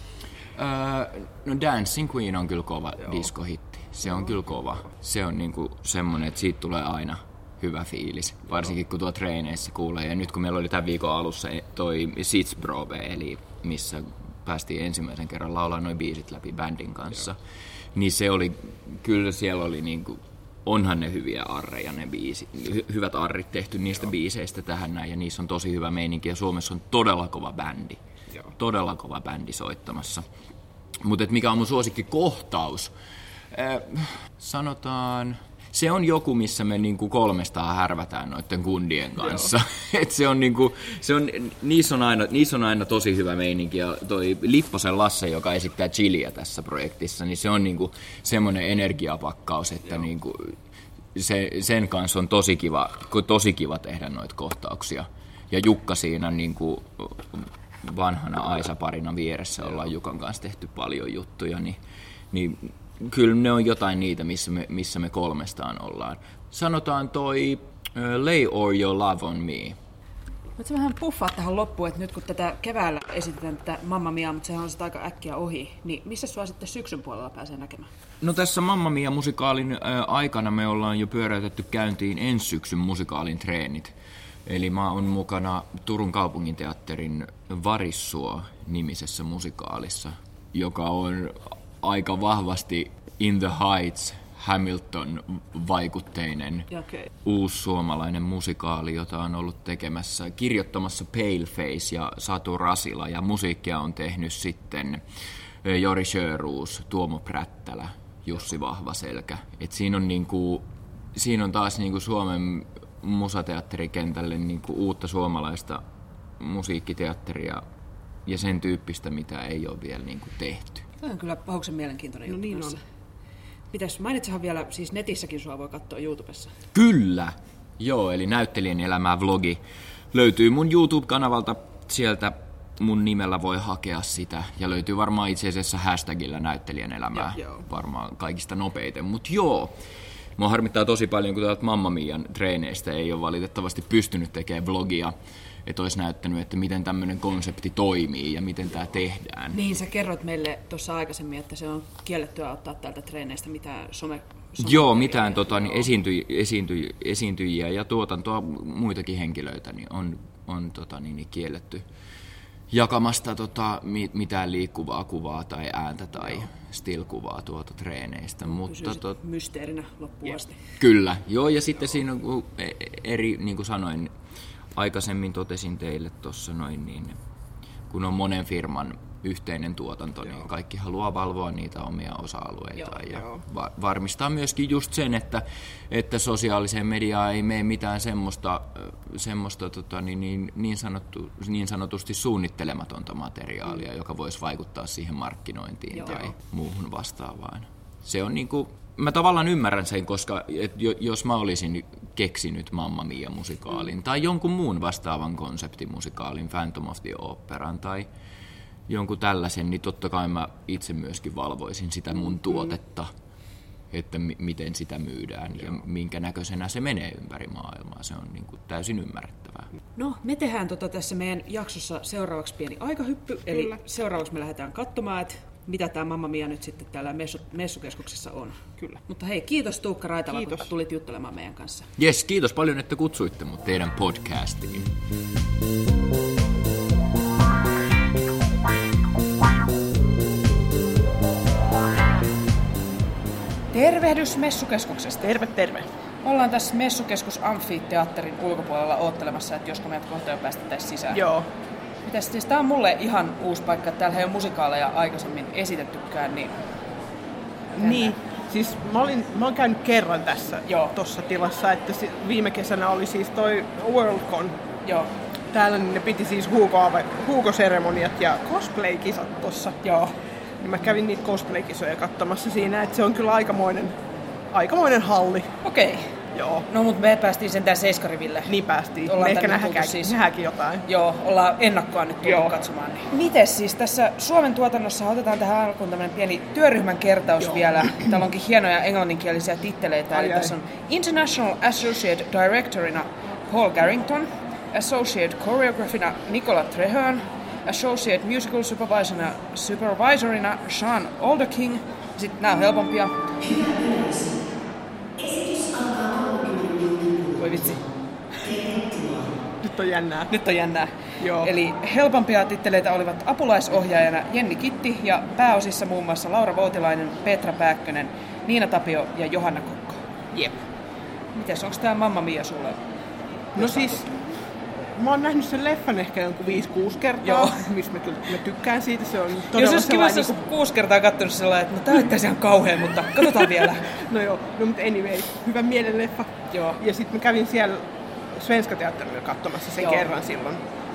Öö, no Dancing Queen on kyllä kova diskohitti. Se on kyllä kova. Se on niinku semmonen, että siitä tulee aina hyvä fiilis. Varsinkin kun tuo treeneissä kuulee. Ja nyt kun meillä oli tämän viikon alussa toi Sitzprobe, eli missä päästiin ensimmäisen kerran laulaa noin biisit läpi bändin kanssa, Joo. niin se oli, kyllä siellä oli niinku, onhan ne hyviä arreja ne biisit, hy- hyvät arrit tehty niistä Joo. biiseistä tähän näin, ja niissä on tosi hyvä meininki, ja Suomessa on todella kova bändi. Joo. Todella kova bändi soittamassa. Mutta mikä on mun suosikkikohtaus? Äh, sanotaan, se on joku, missä me niinku kolmestaan härvätään noiden kundien kanssa. Et se on niinku, se on, niissä, on aina, niissä on aina tosi hyvä meininki. Ja toi Lipposen Lasse, joka esittää Chiliä tässä projektissa, niin se on niinku semmoinen energiapakkaus, että niinku, se, sen kanssa on tosi kiva, tosi kiva tehdä noita kohtauksia. Ja Jukka siinä niinku, vanhana Aisa-parina vieressä ollaan Jukan kanssa tehty paljon juttuja, niin, niin kyllä ne on jotain niitä, missä me, missä me kolmestaan ollaan. Sanotaan toi uh, Lay All Your Love on Me. Voitko vähän puffaa tähän loppuun, että nyt kun tätä keväällä esitetään tätä Mamma Mia, mutta sehän on sitä aika äkkiä ohi, niin missä sua sitten syksyn puolella pääsee näkemään? No tässä Mamma Mia-musikaalin ä, aikana me ollaan jo pyöräytetty käyntiin ensi syksyn musikaalin treenit. Eli mä oon mukana Turun kaupunginteatterin Varissuo-nimisessä musikaalissa, joka on aika vahvasti In the Heights, Hamilton-vaikutteinen okay. uusi suomalainen musikaali, jota on ollut tekemässä, kirjoittamassa Paleface ja Satu Rasila, ja musiikkia on tehnyt sitten Jori Sjöruus, Tuomo Prättälä, Jussi Vahvaselkä. Et siinä, on niinku, siinä on taas niinku Suomen musateatterikentälle niinku uutta suomalaista musiikkiteatteria ja sen tyyppistä, mitä ei ole vielä niinku tehty. Tämä on kyllä pahuksen mielenkiintoinen juttu. No niin on. Mitäs, mainitsahan vielä, siis netissäkin sua voi katsoa YouTubessa. Kyllä! Joo, eli Näyttelijän elämää vlogi löytyy mun YouTube-kanavalta. Sieltä mun nimellä voi hakea sitä. Ja löytyy varmaan itse asiassa hashtagillä Näyttelijän elämää ja, varmaan kaikista nopeiten. Mut joo, mua harmittaa tosi paljon, kun täältä Mamma Mian treeneistä ei ole valitettavasti pystynyt tekemään vlogia. Että olisi näyttänyt, että miten tämmöinen konsepti toimii ja miten tämä tehdään. Niin, sä kerroit meille tuossa aikaisemmin, että se on kiellettyä ottaa täältä treeneistä mitään some... some Joo, mitään tota, niin esiintyj, esiintyj, esiintyjiä ja tuotantoa, muitakin henkilöitä niin on, on tota, niin, kielletty jakamasta tota, mitään liikkuvaa kuvaa tai ääntä tai joo. still-kuvaa tuolta treeneistä. Mutta tot... mysteerinä loppuun asti. Kyllä, joo, ja sitten siinä on eri, niin kuin sanoin, aikaisemmin totesin teille tuossa noin, niin kun on monen firman yhteinen tuotanto, joo. niin kaikki haluaa valvoa niitä omia osa-alueita joo, ja joo. Va- varmistaa myöskin just sen, että, että sosiaaliseen mediaan ei mene mitään semmoista, semmoista tota, niin, niin, niin, sanottu, niin sanotusti suunnittelematonta materiaalia, mm. joka voisi vaikuttaa siihen markkinointiin joo. tai muuhun vastaavaan. Se on niin kuin, mä tavallaan ymmärrän sen, koska et jos mä olisin keksinyt Mamma Mia-musikaalin mm. tai jonkun muun vastaavan konseptimusikaalin, Phantom of the Operan tai jonkun tällaisen, niin totta kai mä itse myöskin valvoisin sitä mun tuotetta, että m- miten sitä myydään Joo. ja minkä näköisenä se menee ympäri maailmaa. Se on niin kuin täysin ymmärrettävää. No, me tehdään tota tässä meidän jaksossa seuraavaksi pieni aikahyppy, eli Kyllä. seuraavaksi me lähdetään katsomaan, että mitä tämä Mamma Mia nyt sitten täällä messu- messukeskuksessa on. Kyllä. Mutta hei, kiitos Tuukka Raitala, kiitos. kun tulit juttelemaan meidän kanssa. Jes, kiitos paljon, että kutsuitte mut teidän podcastiin. Tervehdys messukeskuksesta. Terve, terve. Ollaan tässä Messukeskus Amfiteatterin ulkopuolella oottelemassa, että josko meidät kohta jo päästettäisiin sisään. Joo. Mitäs, siis tää on mulle ihan uusi paikka, että täällä ei ole musikaaleja aikaisemmin esitettykään, niin... Niin, siis mä, olin, mä oon käynyt kerran tässä Joo. tossa tilassa, että si- viime kesänä oli siis toi Worldcon. Joo. Täällä niin ne piti siis Hugo- Hugo-seremoniat ja cosplay-kisat tossa. Joo. Niin mä kävin niitä cosplay-kisoja katsomassa siinä, että se on kyllä aikamoinen, aikamoinen halli. Okei. Okay. Joo. No mut me päästiin sentään seiskariville. Niin päästiin. Ollaan Me ehkä tänne nähdäänkin, tultu siis. nähdäänkin jotain. Joo, ollaan ennakkoa nyt tullut Joo. katsomaan. Niin. Mites siis tässä Suomen tuotannossa otetaan tähän alkuun tämmönen pieni työryhmän kertaus Joo. vielä. Täällä onkin hienoja englanninkielisiä titteleitä. Ai Eli ai. tässä on International Associate Directorina Paul Garrington, Associate Choreographina Nicola Treherne, Associate Musical Supervisorina, Supervisorina Sean Alderking. Sitten nämä on helpompia. Voi vitsi. Nyt on jännää. Nyt on jännää. Joo. Eli helpompia titteleitä olivat apulaisohjaajana Jenni Kitti ja pääosissa muun muassa Laura Voutilainen, Petra Pääkkönen, Niina Tapio ja Johanna Kokko. Jep. Mites, onks tää Mamma Mia sulle? No siis, mä oon nähnyt sen leffan ehkä jonkun viisi kuusi kertaa, Joo. mistä mä, kyllä- mä tykkään siitä. Se on Jos todella olisi kiva, sellainen... jos niinku... kuusi kertaa kattonut sellainen, että no tää näyttäisi ihan kauhean, mutta katsotaan vielä. No joo, no mutta anyway, hyvä mielen leffa. Joo. Ja sitten mä kävin siellä Svenska Teatterilla katsomassa sen Joo. kerran silloin.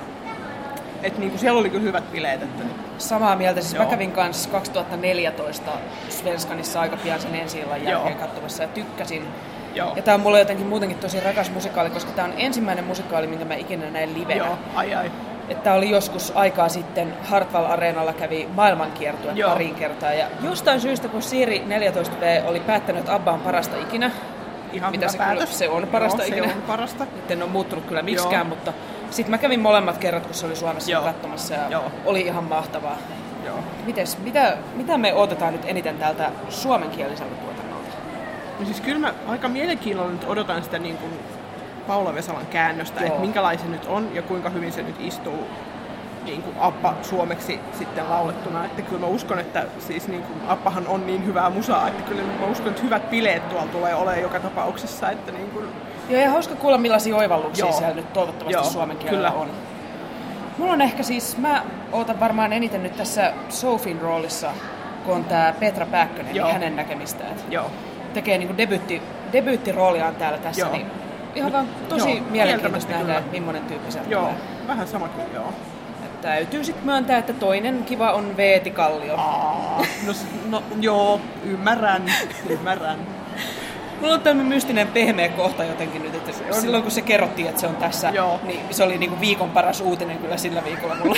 Että niinku siellä oli kyllä hyvät bileet. Että... Samaa mieltä. Siis Joo. mä kävin kanssa kaksituhattaneljätoista Svenskanissa aika pian sen ensi illan jälkeen Joo. katsomassa ja tykkäsin. Joo. Ja tää on mulle jotenkin muutenkin tosi rakas musikaali, koska tää on ensimmäinen musikaali, minkä mä ikinä näin livenä. Joo, ai ai. Että oli joskus aikaa sitten Hartwall-areenalla kävi maailmankiertue Joo. pariin kertaa. Ja jostain syystä, kun Siiri neljätoista V oli päättänyt, että ABBA on parasta ikinä, Ihan mitä hyvä se, päätös. kyllä, se on parasta Joo, ikinä. Se on parasta. Nyt en ole muuttunut kyllä miksikään, Joo. mutta sitten mä kävin molemmat kerrat, kun se oli Suomessa Joo. katsomassa ja Joo. oli ihan mahtavaa. Joo. Mites, mitä, mitä me odotetaan nyt eniten täältä suomenkieliseltä tuotannolta? No siis kyllä mä aika mielenkiinnolla nyt odotan sitä niin kuin Paula Vesalan käännöstä, Joo. että minkälainen se nyt on ja kuinka hyvin se nyt istuu niin kuin Abba suomeksi sitten laulettuna. Että kyllä mä uskon, että siis niin kuin Abbahan on niin hyvää musaa, että kyllä mä uskon, että hyvät bileet tuolla tulee olemaan joka tapauksessa. Että niin kuin... Joo, ja hauska kuulla millaisia oivalluksia Joo. siellä nyt toivottavasti Joo, suomen kielellä kyllä. on. Mulla on ehkä siis, mä ootan varmaan eniten nyt tässä Sophien roolissa, kun on tää Petra Pääkkönen, Joo. niin hänen näkemistä. Et Joo. tekee niinku debyytti, debyyttirooliaan täällä tässä, Joo. niin ihan vaan tosi Joo, mielenkiintoista kieltämättä nähdä, kyllä. että millainen tyyppi sieltä Joo, tulee. vähän sama kuin joo. Et täytyy sitten myöntää, että toinen kiva on Veeti Kallio. Aa, no, s- no joo, ymmärrän, ymmärrän. Mulla on tämmöinen mystinen pehmeä kohta jotenkin nyt, että on. silloin kun se kerrottiin, että se on tässä, Joo. niin se oli niinku viikon paras uutinen kyllä sillä viikolla mulla.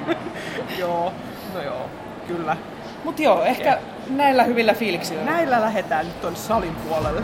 Joo, no joo, kyllä. Mut joo, ehkä näillä hyvillä fiiliksillä. Näillä lähdetään nyt tuonne salin puolelle.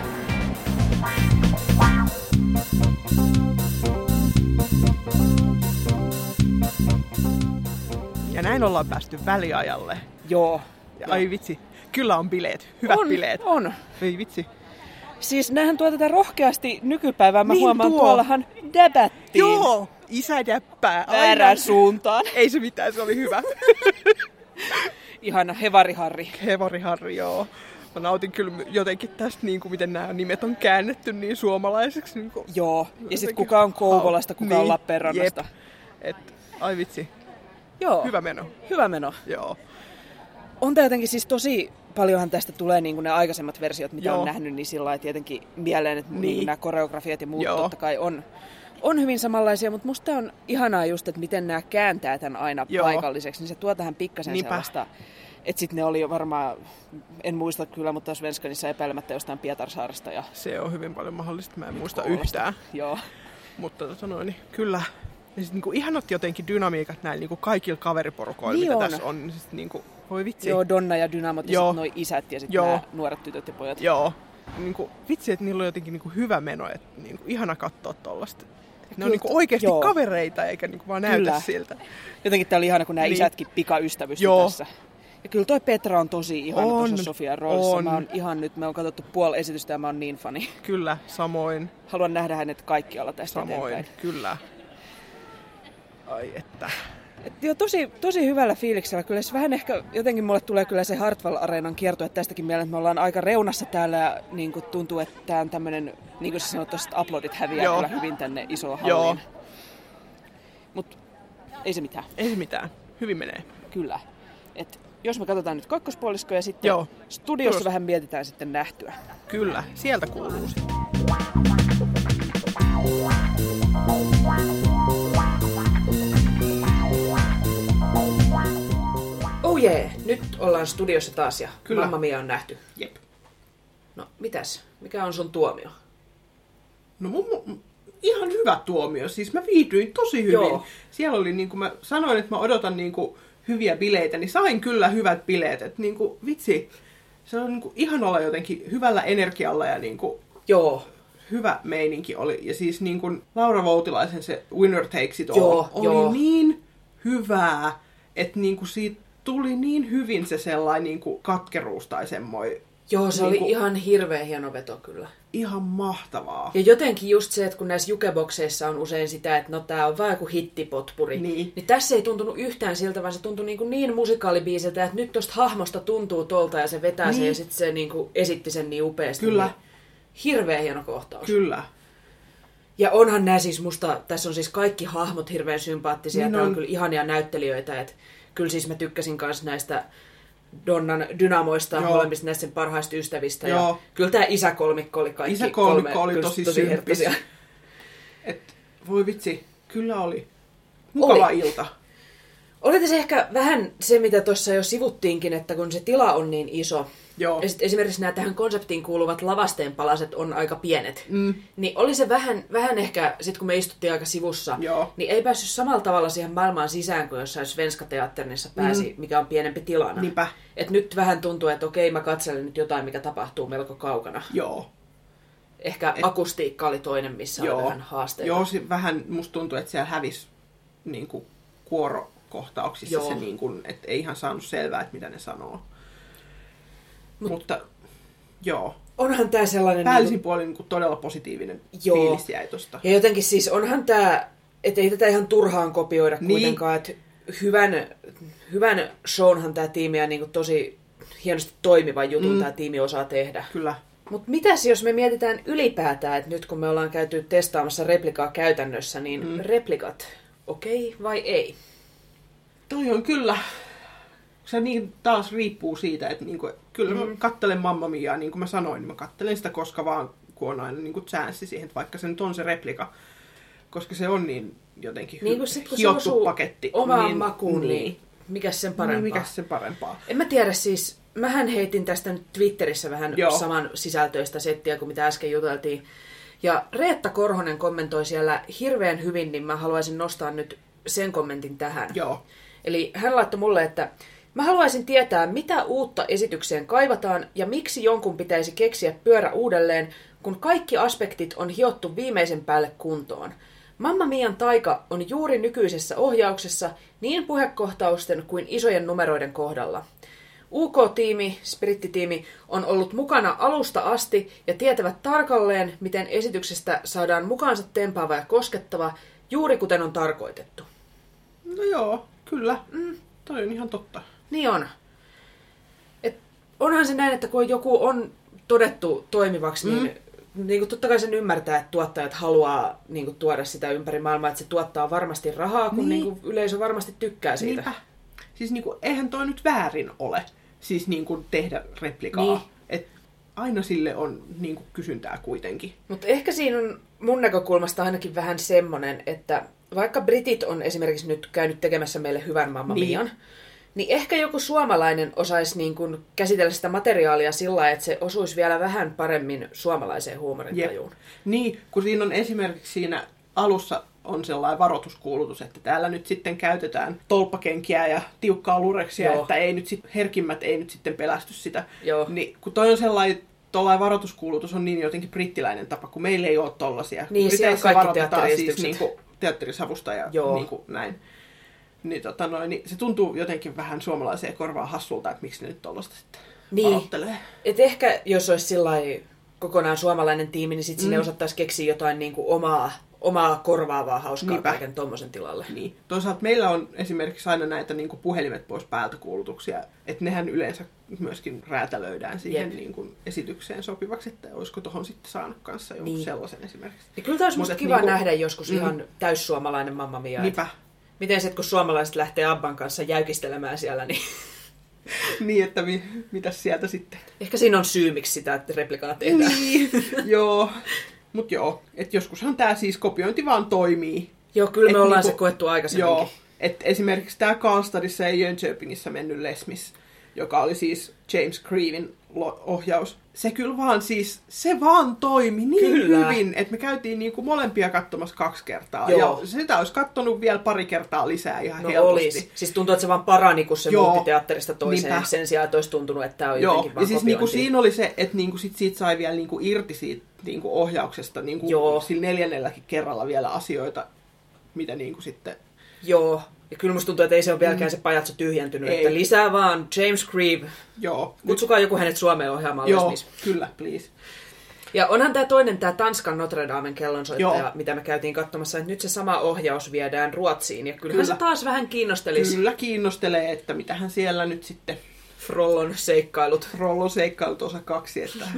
Ja näin ollaan päästy väliajalle. Joo. Ja ai vitsi, kyllä on bileet, hyvät on, bileet. On. Ei vitsi. Siis näähän tuotetaan rohkeasti nykypäivään. Mä Niin huomaan, tuo. tuollahan däbättiin. Joo, isä jäppää. Väärään Aivan. suuntaan. Ei se mitään, se oli hyvä. Ihana Hevari-Harri. Hevari Harri, joo. Mä nautin kyllä jotenkin tästä, niin kuin miten nämä nimet on käännetty niin suomalaiseksi. Niin kuin, Joo. Ja sit jotenkin kuka on Kouvolasta, hau- kuka on niin, Lappeenrannasta. jep. Et, ai vitsi, Joo. hyvä meno. Hyvä meno. Joo. On tää jotenkin siis tosi paljonhan tästä tulee niin kuin ne aikaisemmat versiot, mitä Joo. on nähnyt, niin sillä lailla tietenkin mieleen, että Niin. niin. nämä koreografiat ja muut Joo. totta kai on, on hyvin samanlaisia, mutta musta on ihanaa just, että miten nämä kääntää tämän aina Joo. paikalliseksi, niin se tuo tähän pikkasen Niinpä. sellaista, että sitten ne oli jo varmaan, en muista kyllä, mutta Svenskanissa epäilemättä jostain Pietarsaaresta ja Se on hyvin paljon mahdollista, mä en muista Kouvolasta. yhtään. Joo. Mutta tota noin, niin kyllä. Ja sit niinku ihanat jotenkin dynamiikat näillä niinku kaikilla kaveriporukoilla, Niin mitä on. tässä on. Siis niinku, voi vitsi. Joo, Donna ja Dynamot ja Joo. sitten noi isät ja sitten Joo. nämä nuoret tytöt ja pojat. Joo. Niinku, vitsi, että niillä on jotenkin niinku hyvä meno, että niinku, ihana katsoa tollasta. Ne Kyllä on niinku to- oikeasti joo. kavereita, eikä niinku vaan näytä Kyllä. siltä. Jotenkin tää oli ihana, kun nämä Niin. isätkin pikaystävystyi Joo. tässä. Ja kyllä toi Petra on tosi ihana On, tuossa Sofian roolissa. on. Mä oon ihan nyt, me on katsottu puoli esitystä ja mä oon niin fani. Kyllä, samoin, Haluan nähdä hänet kaikkialla tästä samoin, eteenpäin. kyllä. Ai että. Et jo tosi, tosi hyvällä fiiliksellä. Kyllä se vähän ehkä, jotenkin mulle tulee kyllä se Hartwall-areenan kiertue tästäkin mieleen, että me ollaan aika reunassa täällä ja niin kuin tuntuu, että tämä on tämmöinen, niin kuin sä sanot, että uploadit häviää Joo. kyllä hyvin tänne isoon halliin. Mutta ei se mitään. Ei se mitään. Hyvin menee. Kyllä. Et jos me katsotaan nyt kakkospuoliskoa ja sitten Joo. studiossa Tulos. vähän mietitään sitten nähtyä. Kyllä, sieltä kuuluu se. Oh jee, nyt ollaan studiossa taas ja Kyllä. Mamma Mia on nähty. Jep. No mitäs? Mikä on sun tuomio? No mun, mun, ihan hyvä tuomio. Siis mä viihdyin tosi hyvin. Joo. Siellä oli, niin kuin mä sanoin, että mä odotan niin kuin hyviä bileitä, niin sain kyllä hyvät bileet. Että niin kuin, vitsi, se on niin kuin ihan olla jotenkin hyvällä energialla ja niin kuin Joo. hyvä meininki oli. Ja siis niin kuin Laura Voutilaisen se Winner Takes It All Joo, oli joo. niin hyvää, että niin kuin siitä tuli niin hyvin se sellainen niin kuin katkeruus tai semmoinen. Joo, se Niinku- oli ihan hirveän hieno veto kyllä. Ihan mahtavaa. Ja jotenkin just se, että kun näissä jukebokseissa on usein sitä, että no tää on vaan joku hittipotpuri, Niin. niin tässä ei tuntunut yhtään siltä, vaan se tuntui niin, kuin niin musikaalibiisiltä, että nyt tosta hahmosta tuntuu tolta ja se vetää Niin. sen ja sitten se niin kuin esitti sen niin upeasti. Kyllä. Niin hirveän hieno kohtaus. Kyllä. Ja onhan nämä siis musta, tässä on siis kaikki hahmot hirveän sympaattisia, Niin niin on. on. on kyllä ihania näyttelijöitä, että kyllä siis mä tykkäsin kanssa näistä Donnan dynamoista, Joo. molemmista näistä sen parhaista ystävistä. Joo. Ja kyllä tämä isäkolmikko oli kaikki Isäkolmikko kolme oli kyllä tosi, tosi symppis. herttäisiä. Et, voi vitsi, kyllä oli. Mukava Oli. ilta. Oli tässä ehkä vähän se, mitä tuossa jo sivuttiinkin, että kun se tila on niin iso, Joo. ja sit esimerkiksi nämä tähän konseptiin kuuluvat lavasteen palaset on aika pienet, Mm. niin oli se vähän, vähän ehkä, sit kun me istuttiin aika sivussa, Joo. niin ei päässyt samalla tavalla siihen maailmaan sisään kuin jossain Svenska Teatternissa pääsi, mm. mikä on pienempi tilana. Niinpä. Et nyt vähän tuntuu, että okei, mä katselen nyt jotain, mikä tapahtuu melko kaukana. Joo. Ehkä Et... akustiikka oli toinen, missä Joo. oli vähän haasteita. Joo, se vähän musta tuntuu, että siellä hävisi niin kuin kuorokohtauksissa Joo. se, niin kuin, että ei ihan saanut selvää, että mitä ne sanoo. Mut- Mutta joo, Onhan tää sellainen... päällisin niinku- puolin niin kuin todella positiivinen Joo. fiilis jäi tosta. Ja jotenkin siis onhan tää, että ei tätä ihan turhaan kopioida Niin. kuitenkaan, että hyvän, hyvän shownhan tää tiimi ja niinku tosi hienosti toimivan jutun Mm. tää tiimi osaa tehdä. Kyllä. Mutta mitäs jos me mietitään ylipäätään, että nyt kun me ollaan käyty testaamassa replikaa käytännössä, niin mm. replikat, okei okay vai ei? Toi on kyllä, se niin taas riippuu siitä, että niinku, kyllä mm. mä kattelen Mamma Miaa, niin kuin mä sanoin, niin mä kattelen sitä koska vaan, kun on aina niinku chanssi siihen, että vaikka se nyt on se replika, koska se on niin jotenkin hy- Niin kun sit kun se hiottu osuu paketti. omaan niin, makuun, niin, niin mikäs sen parempaa? Niin, mikäs sen parempaa? En mä tiedä siis, mähän heitin tästä nyt Twitterissä vähän Joo. saman sisältöistä settiä kuin mitä äsken juteltiin. Ja Reetta Korhonen kommentoi siellä hirveän hyvin, niin mä haluaisin nostaa nyt sen kommentin tähän. Joo. Eli hän laittoi mulle, että mä haluaisin tietää, mitä uutta esitykseen kaivataan ja miksi jonkun pitäisi keksiä pyörä uudelleen, kun kaikki aspektit on hiottu viimeisen päälle kuntoon. Mamma Mian taika on juuri nykyisessä ohjauksessa niin puhekohtausten kuin isojen numeroiden kohdalla. U K-tiimi, Spiritti-tiimi, on ollut mukana alusta asti ja tietävät tarkalleen, miten esityksestä saadaan mukaansa tempaava ja koskettava, juuri kuten on tarkoitettu. No joo, kyllä. Mm. Toi on ihan totta. Niin on. Et onhan se näin, että kun joku on todettu toimivaksi, mm. niin, niin kuin totta kai sen ymmärtää, että tuottajat haluaa niin kuin, tuoda sitä ympäri maailmaa, että se tuottaa varmasti rahaa, kun Niin. niin. Niin kuin, yleisö varmasti tykkää siitä. Niinpä. Siis niinku, eihän toi nyt väärin ole, siis niinku tehdä replikaa. Niin. Et aina sille on niinku kysyntää kuitenkin. Mutta ehkä siinä on mun näkökulmasta ainakin vähän semmoinen, että vaikka britit on esimerkiksi nyt käynyt tekemässä meille hyvän Mamma Niin. Mian, niin ehkä joku suomalainen osaisi niin kuin käsitellä sitä materiaalia sillä lailla, että se osuisi vielä vähän paremmin suomalaiseen huumorintajuun. Niin, kun siinä on esimerkiksi siinä alussa on sellainen varoituskuulutus, että täällä nyt sitten käytetään tolppakenkiä ja tiukkaa lureksia, Joo. että ei nyt sit, herkimmät ei nyt sitten pelästy sitä. Joo. Niin, kun toi on sellainen, tollainen varoituskuulutus on niin jotenkin brittiläinen tapa, kun meillä ei ole tollaisia. Niin, siellä on Briteissä kaikki varoitetaan teatteriesitykset. siis niinku teatterisavusta ja Joo. niinku näin. Niin, tota noin, niin se tuntuu jotenkin vähän suomalaiseen korvaan hassulta, että miksi ne nyt tollaista sitten Niin. varoittelee. Et ehkä jos olisi sillai kokonaan suomalainen tiimi, niin sitten sinne Mm. osattaisi keksiä jotain niin kuin omaa, omaa korvaavaa hauskaa Niinpä. kaiken tommosen tilalle. Niin. Toisaalta meillä on esimerkiksi aina näitä niin kuin puhelimet pois päältä kuulutuksia, että nehän yleensä myöskin räätälöidään siihen niin kuin esitykseen sopivaksi, että olisiko tohon sitten saanut kanssa jonkun Niin. sellaisen esimerkiksi. Ja kyllä tämä olisi Mut musta et kiva niinku- nähdä joskus Mm. ihan täyssuomalainen Mamma Mia. Niinpä. Miten sitten kun suomalaiset lähtee Abban kanssa jäykistelemään siellä, niin Niin, että mi- mitäs sieltä sitten. ehkä siinä on syy, miksi sitä että replikana tehdään. Niin, joo. Mut joo, että joskushan tää siis kopiointi vaan toimii. Joo, kyllä me Et ollaan niinku- se koettu aikaisemminkin. Joo, että esimerkiksi tämä Karlstadissa ja Jönköpingissä mennyt Les Mis, joka oli siis James Creevin lo- ohjaus. Se kyllä vaan siis, se vaan toimi niin Kyllä. hyvin, että me käytiin niinku molempia katsomassa kaksi kertaa. Joo. Ja sitä olisi kattonut vielä pari kertaa lisää ihan No helposti. olisi. Siis tuntuu, että se vaan parani, kun se Joo. muutti teatterista toiseen. Niinpä. Sen sijaan, että olisi tuntunut, että tämä on Joo, jotenkin vaan ja siis niinku kopiointia. siinä oli se, että niinku sit siitä sai vielä niinku irti siitä niinku ohjauksesta niinku Joo. sillä neljännelläkin kerralla vielä asioita, mitä niinku sitten... Joo. Ja kyllä musta tuntuu, että ei se ole vieläkään se pajatso tyhjentynyt. Ei. Että lisää vaan James Creeve. Joo, Kutsukaa joku hänet Suomeen ohjaamaan joo, Les Mis. kyllä, please. Ja onhan tämä toinen, tämä Tanskan Notre Damen kellonsoittaja, Joo. mitä me käytiin katsomassa, että nyt se sama ohjaus viedään Ruotsiin. Ja kyllähän Kyllä. se taas vähän kiinnostelisi Kyllä kiinnostelee, että mitähän siellä nyt sitten Frollon seikkailut. Frollo seikkailut osa kaksi, että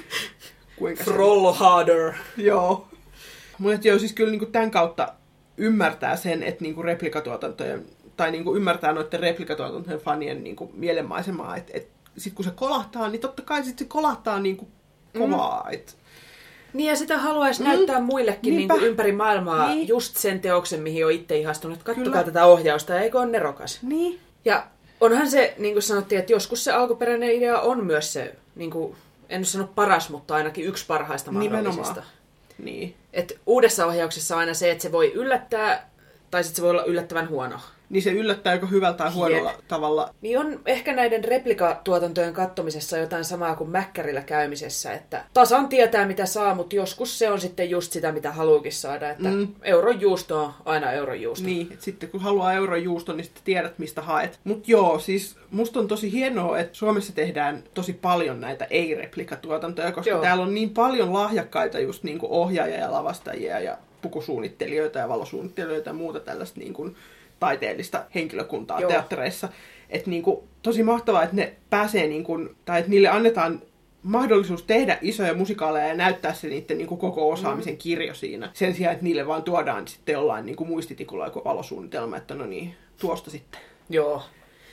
kuinka se... Frollo Harder. Joo. Mutta joo, siis kyllä niinku tämän kautta ymmärtää sen, että niinku replikatuotantojen, tai niinku ymmärtää noiden replikatuotantojen fanien niinku mielenmaisemaa, että et sit kun se kolahtaa, niin totta kai sit se kolahtaa niinku kovaa. Mm. Et, Niin ja sitä haluaisi Mm. näyttää muillekin niin Niinpä. kuin ympäri maailmaa Niin. just sen teoksen, mihin on itse ihastunut. Että kattokaa Kyllä. tätä ohjausta ja eikö ole nerokas. niin. Ja onhan se, niin kuin sanottiin, että joskus se alkuperäinen idea on myös se, niin kuin, en sano paras, mutta ainakin yksi parhaista mahdollisista. Nimenomaan. Niin. Et uudessa ohjauksessa on aina se, että se voi yllättää, tai sitten se voi olla yllättävän huono. Niin se yllättää joko hyvällä tai huonolla Jep. tavalla. Niin on ehkä näiden replikatuotantojen kattomisessa jotain samaa kuin mäkkärillä käymisessä, että tasan tietää mitä saa, mutta joskus se on sitten just sitä, mitä haluukin saada, että Mm. euron juusto on aina euron juusto. Niin, että sitten kun haluaa euron juuston, niin sitten tiedät, mistä haet. Mut joo, siis musta on tosi hienoa, että Suomessa tehdään tosi paljon näitä ei-replikatuotantoja, koska Joo. täällä on niin paljon lahjakkaita just niinku ohjaajia ja lavastajia ja pukusuunnittelijoita ja valosuunnittelijoita ja muuta tällaista niinku taiteellista henkilökuntaa Joo. teattereissa. Että niinku, tosi mahtavaa, että ne pääsee, niinku, tai että niille annetaan mahdollisuus tehdä isoja musikaaleja ja näyttää se niiden niinku koko osaamisen kirjo siinä. Sen sijaan, että niille vaan tuodaan sitten jollain niinku muistitikulla joku valosuunnitelma, että no niin, tuosta sitten. Joo.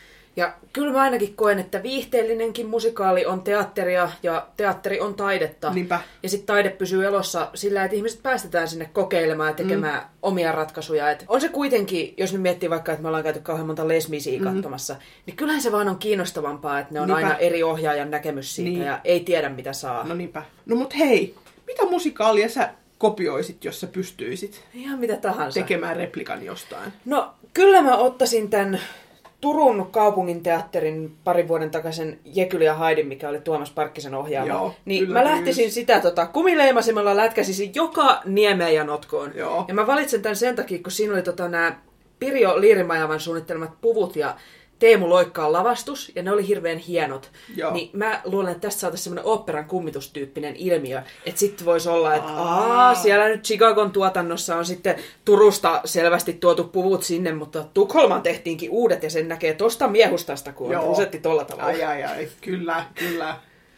Ja kyllä mä ainakin koen, että viihteellinenkin musikaali on teatteria ja teatteri on taidetta. Niinpä. Ja sitten taide pysyy elossa sillä, että ihmiset päästetään sinne kokeilemaan ja tekemään mm. omia ratkaisuja. Et on se kuitenkin, jos nyt miettii vaikka, että me ollaan käyty kauhean monta Les Misiä Mm-hmm. katsomassa, niin kyllähän se vaan on kiinnostavampaa, että ne on Niinpä. aina eri ohjaajan näkemys siitä Niin. ja ei tiedä mitä saa. No niinpä. No mut hei, mitä musikaalia sä kopioisit, jos sä pystyisit Ihan mitä tahansa. tekemään replikan jostain? No kyllä mä ottaisin tämän Turun kaupunginteatterin parin vuoden takaisen Jekyll ja Haydin, mikä oli Tuomas Parkkisen ohjaama. Joo, niin kyllä mä lähtisin myös. sitä tota, kumileimasimella lätkäsisin joka niemeen ja notkoon. Joo. Ja mä valitsen tämän sen takia, kun siinä oli tota, nämä Pirjo Liirimajavan suunnittelemat puvut ja Teemu Loikkaan lavastus, ja ne oli hirveän hienot. Joo. Niin mä luulen, että tästä saataisiin semmoinen oopperan kummitustyyppinen ilmiö. Että sitten voisi olla, että Aa. aa, siellä nyt Chicagon tuotannossa on sitten Turusta selvästi tuotu puvut sinne, mutta Tukholman tehtiinkin uudet, ja sen näkee tosta miehustasta, kun on Joo. rusetti tolla tavalla. Ai ai ai, kyllä, kyllä.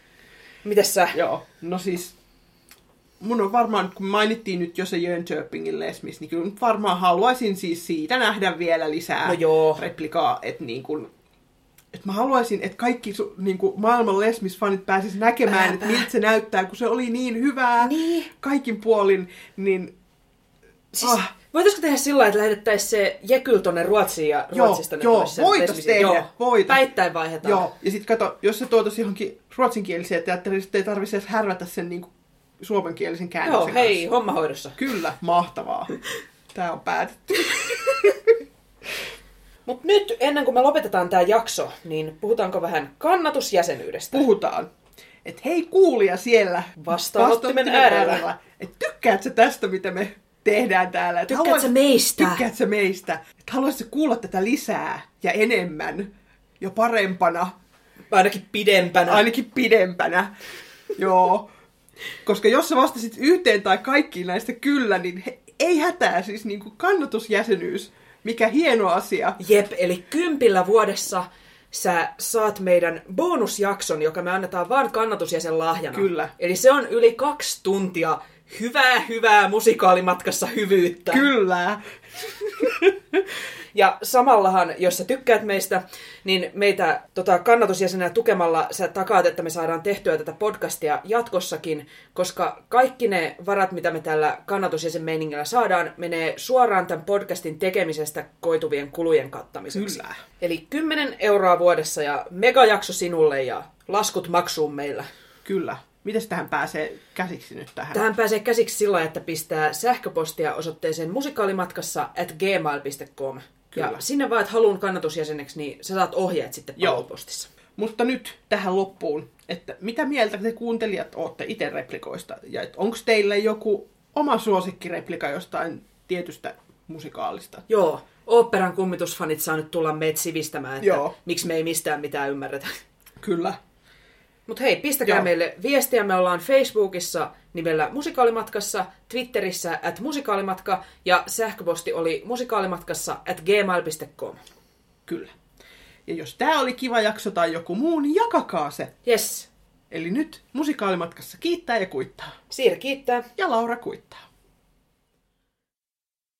Mites sä? Joo, no siis mun on varmaan, kun mainittiin nyt jo se Jönköpingin Les Mis, niin kyllä nyt varmaan haluaisin siis siitä nähdä vielä lisää No joo. replikaa, että niin kuin, että mä haluaisin, että kaikki su- niin kuin maailman Les Mis-fanit pääsis näkemään, Ääpä. että miltä se näyttää, kun se oli niin hyvää Niin. kaikin puolin, niin Siis, ah, voitaisiko tehdä sillä lailla, että lähetettäisiin se Jekyll tonne Ruotsiin ja Joo, Ruotsista ne joo, toisi sen voitais Les Misin? tehdä, Joo, voitais. päittäin vaihdetaan. joo, ja sitten kato, jos se tuotaisi johonkin ruotsinkielisiä teatteriin, sitten ei tarvitse edes härvätä sen niin kuin suomenkielisen käännöksen Joo, hei, kanssa. homma hoidossa. Kyllä, mahtavaa. Tää on päätetty. Mutta nyt, ennen kuin me lopetetaan tämä jakso, niin puhutaanko vähän kannatusjäsenyydestä? Puhutaan. Et hei kuulija siellä Vastaanottimen äärellä. Et tykkäät sä tästä, mitä me tehdään täällä? Et Tykkäätkö haluais- sä meistä? Tykkäät sä meistä? Et haluaisitko kuulla tätä lisää ja enemmän ja parempana, Ainakin pidempänä. ainakin pidempänä. Joo. Koska jos sä vastasit yhteen tai kaikkiin näistä kyllä, niin he, ei hätää, siis niin kuin kannatusjäsenyys, mikä hieno asia. Jep, eli kympillä vuodessa sä saat meidän bonusjakson, joka me annetaan vaan kannatusjäsen lahjana. Kyllä. Eli se on yli kaksi tuntia hyvää, hyvää musikaalimatkassa hyvyyttä. Kyllä. Ja samallahan, jos sä tykkäät meistä, niin meitä tota, kannatusjäsenää tukemalla sä takaat, että me saadaan tehtyä tätä podcastia jatkossakin, koska kaikki ne varat, mitä me tällä kannatusjäsen meiningillä saadaan, menee suoraan tämän podcastin tekemisestä koituvien kulujen kattamiseksi. Kyllä. Eli kymmenen euroa vuodessa ja megajakso sinulle ja laskut maksuun meillä. Kyllä. Miten tähän pääsee käsiksi nyt tähän? Tähän pääsee käsiksi sillä, että pistää sähköpostia osoitteeseen musikaalimatkassa at gmail piste com. Kyllä. Ja sinne vaan, että haluun kannatusjäseneksi, niin sä saat ohjeet sitten palvelupostissa. Mutta nyt tähän loppuun, että mitä mieltä te kuuntelijat ootte itse replikoista? Ja onko teillä joku oma suosikkireplika jostain tietystä musikaalista? Joo, oopperan kummitusfanit saa nyt tulla meitä sivistämään, että Joo. miksi me ei mistään mitään ymmärretä. Kyllä. Mutta hei, pistäkää Joo. meille viestiä. Me ollaan Facebookissa nimellä Musikaalimatkassa, Twitterissä at musikaalimatka ja sähköposti oli musikaalimatkassa at gmail piste com. Kyllä. Ja jos tää oli kiva jakso tai joku muu, niin jakakaa se. Yes. Eli nyt musikaalimatkassa kiittää ja kuittaa. Siiri kiittää. Ja Laura kuittaa.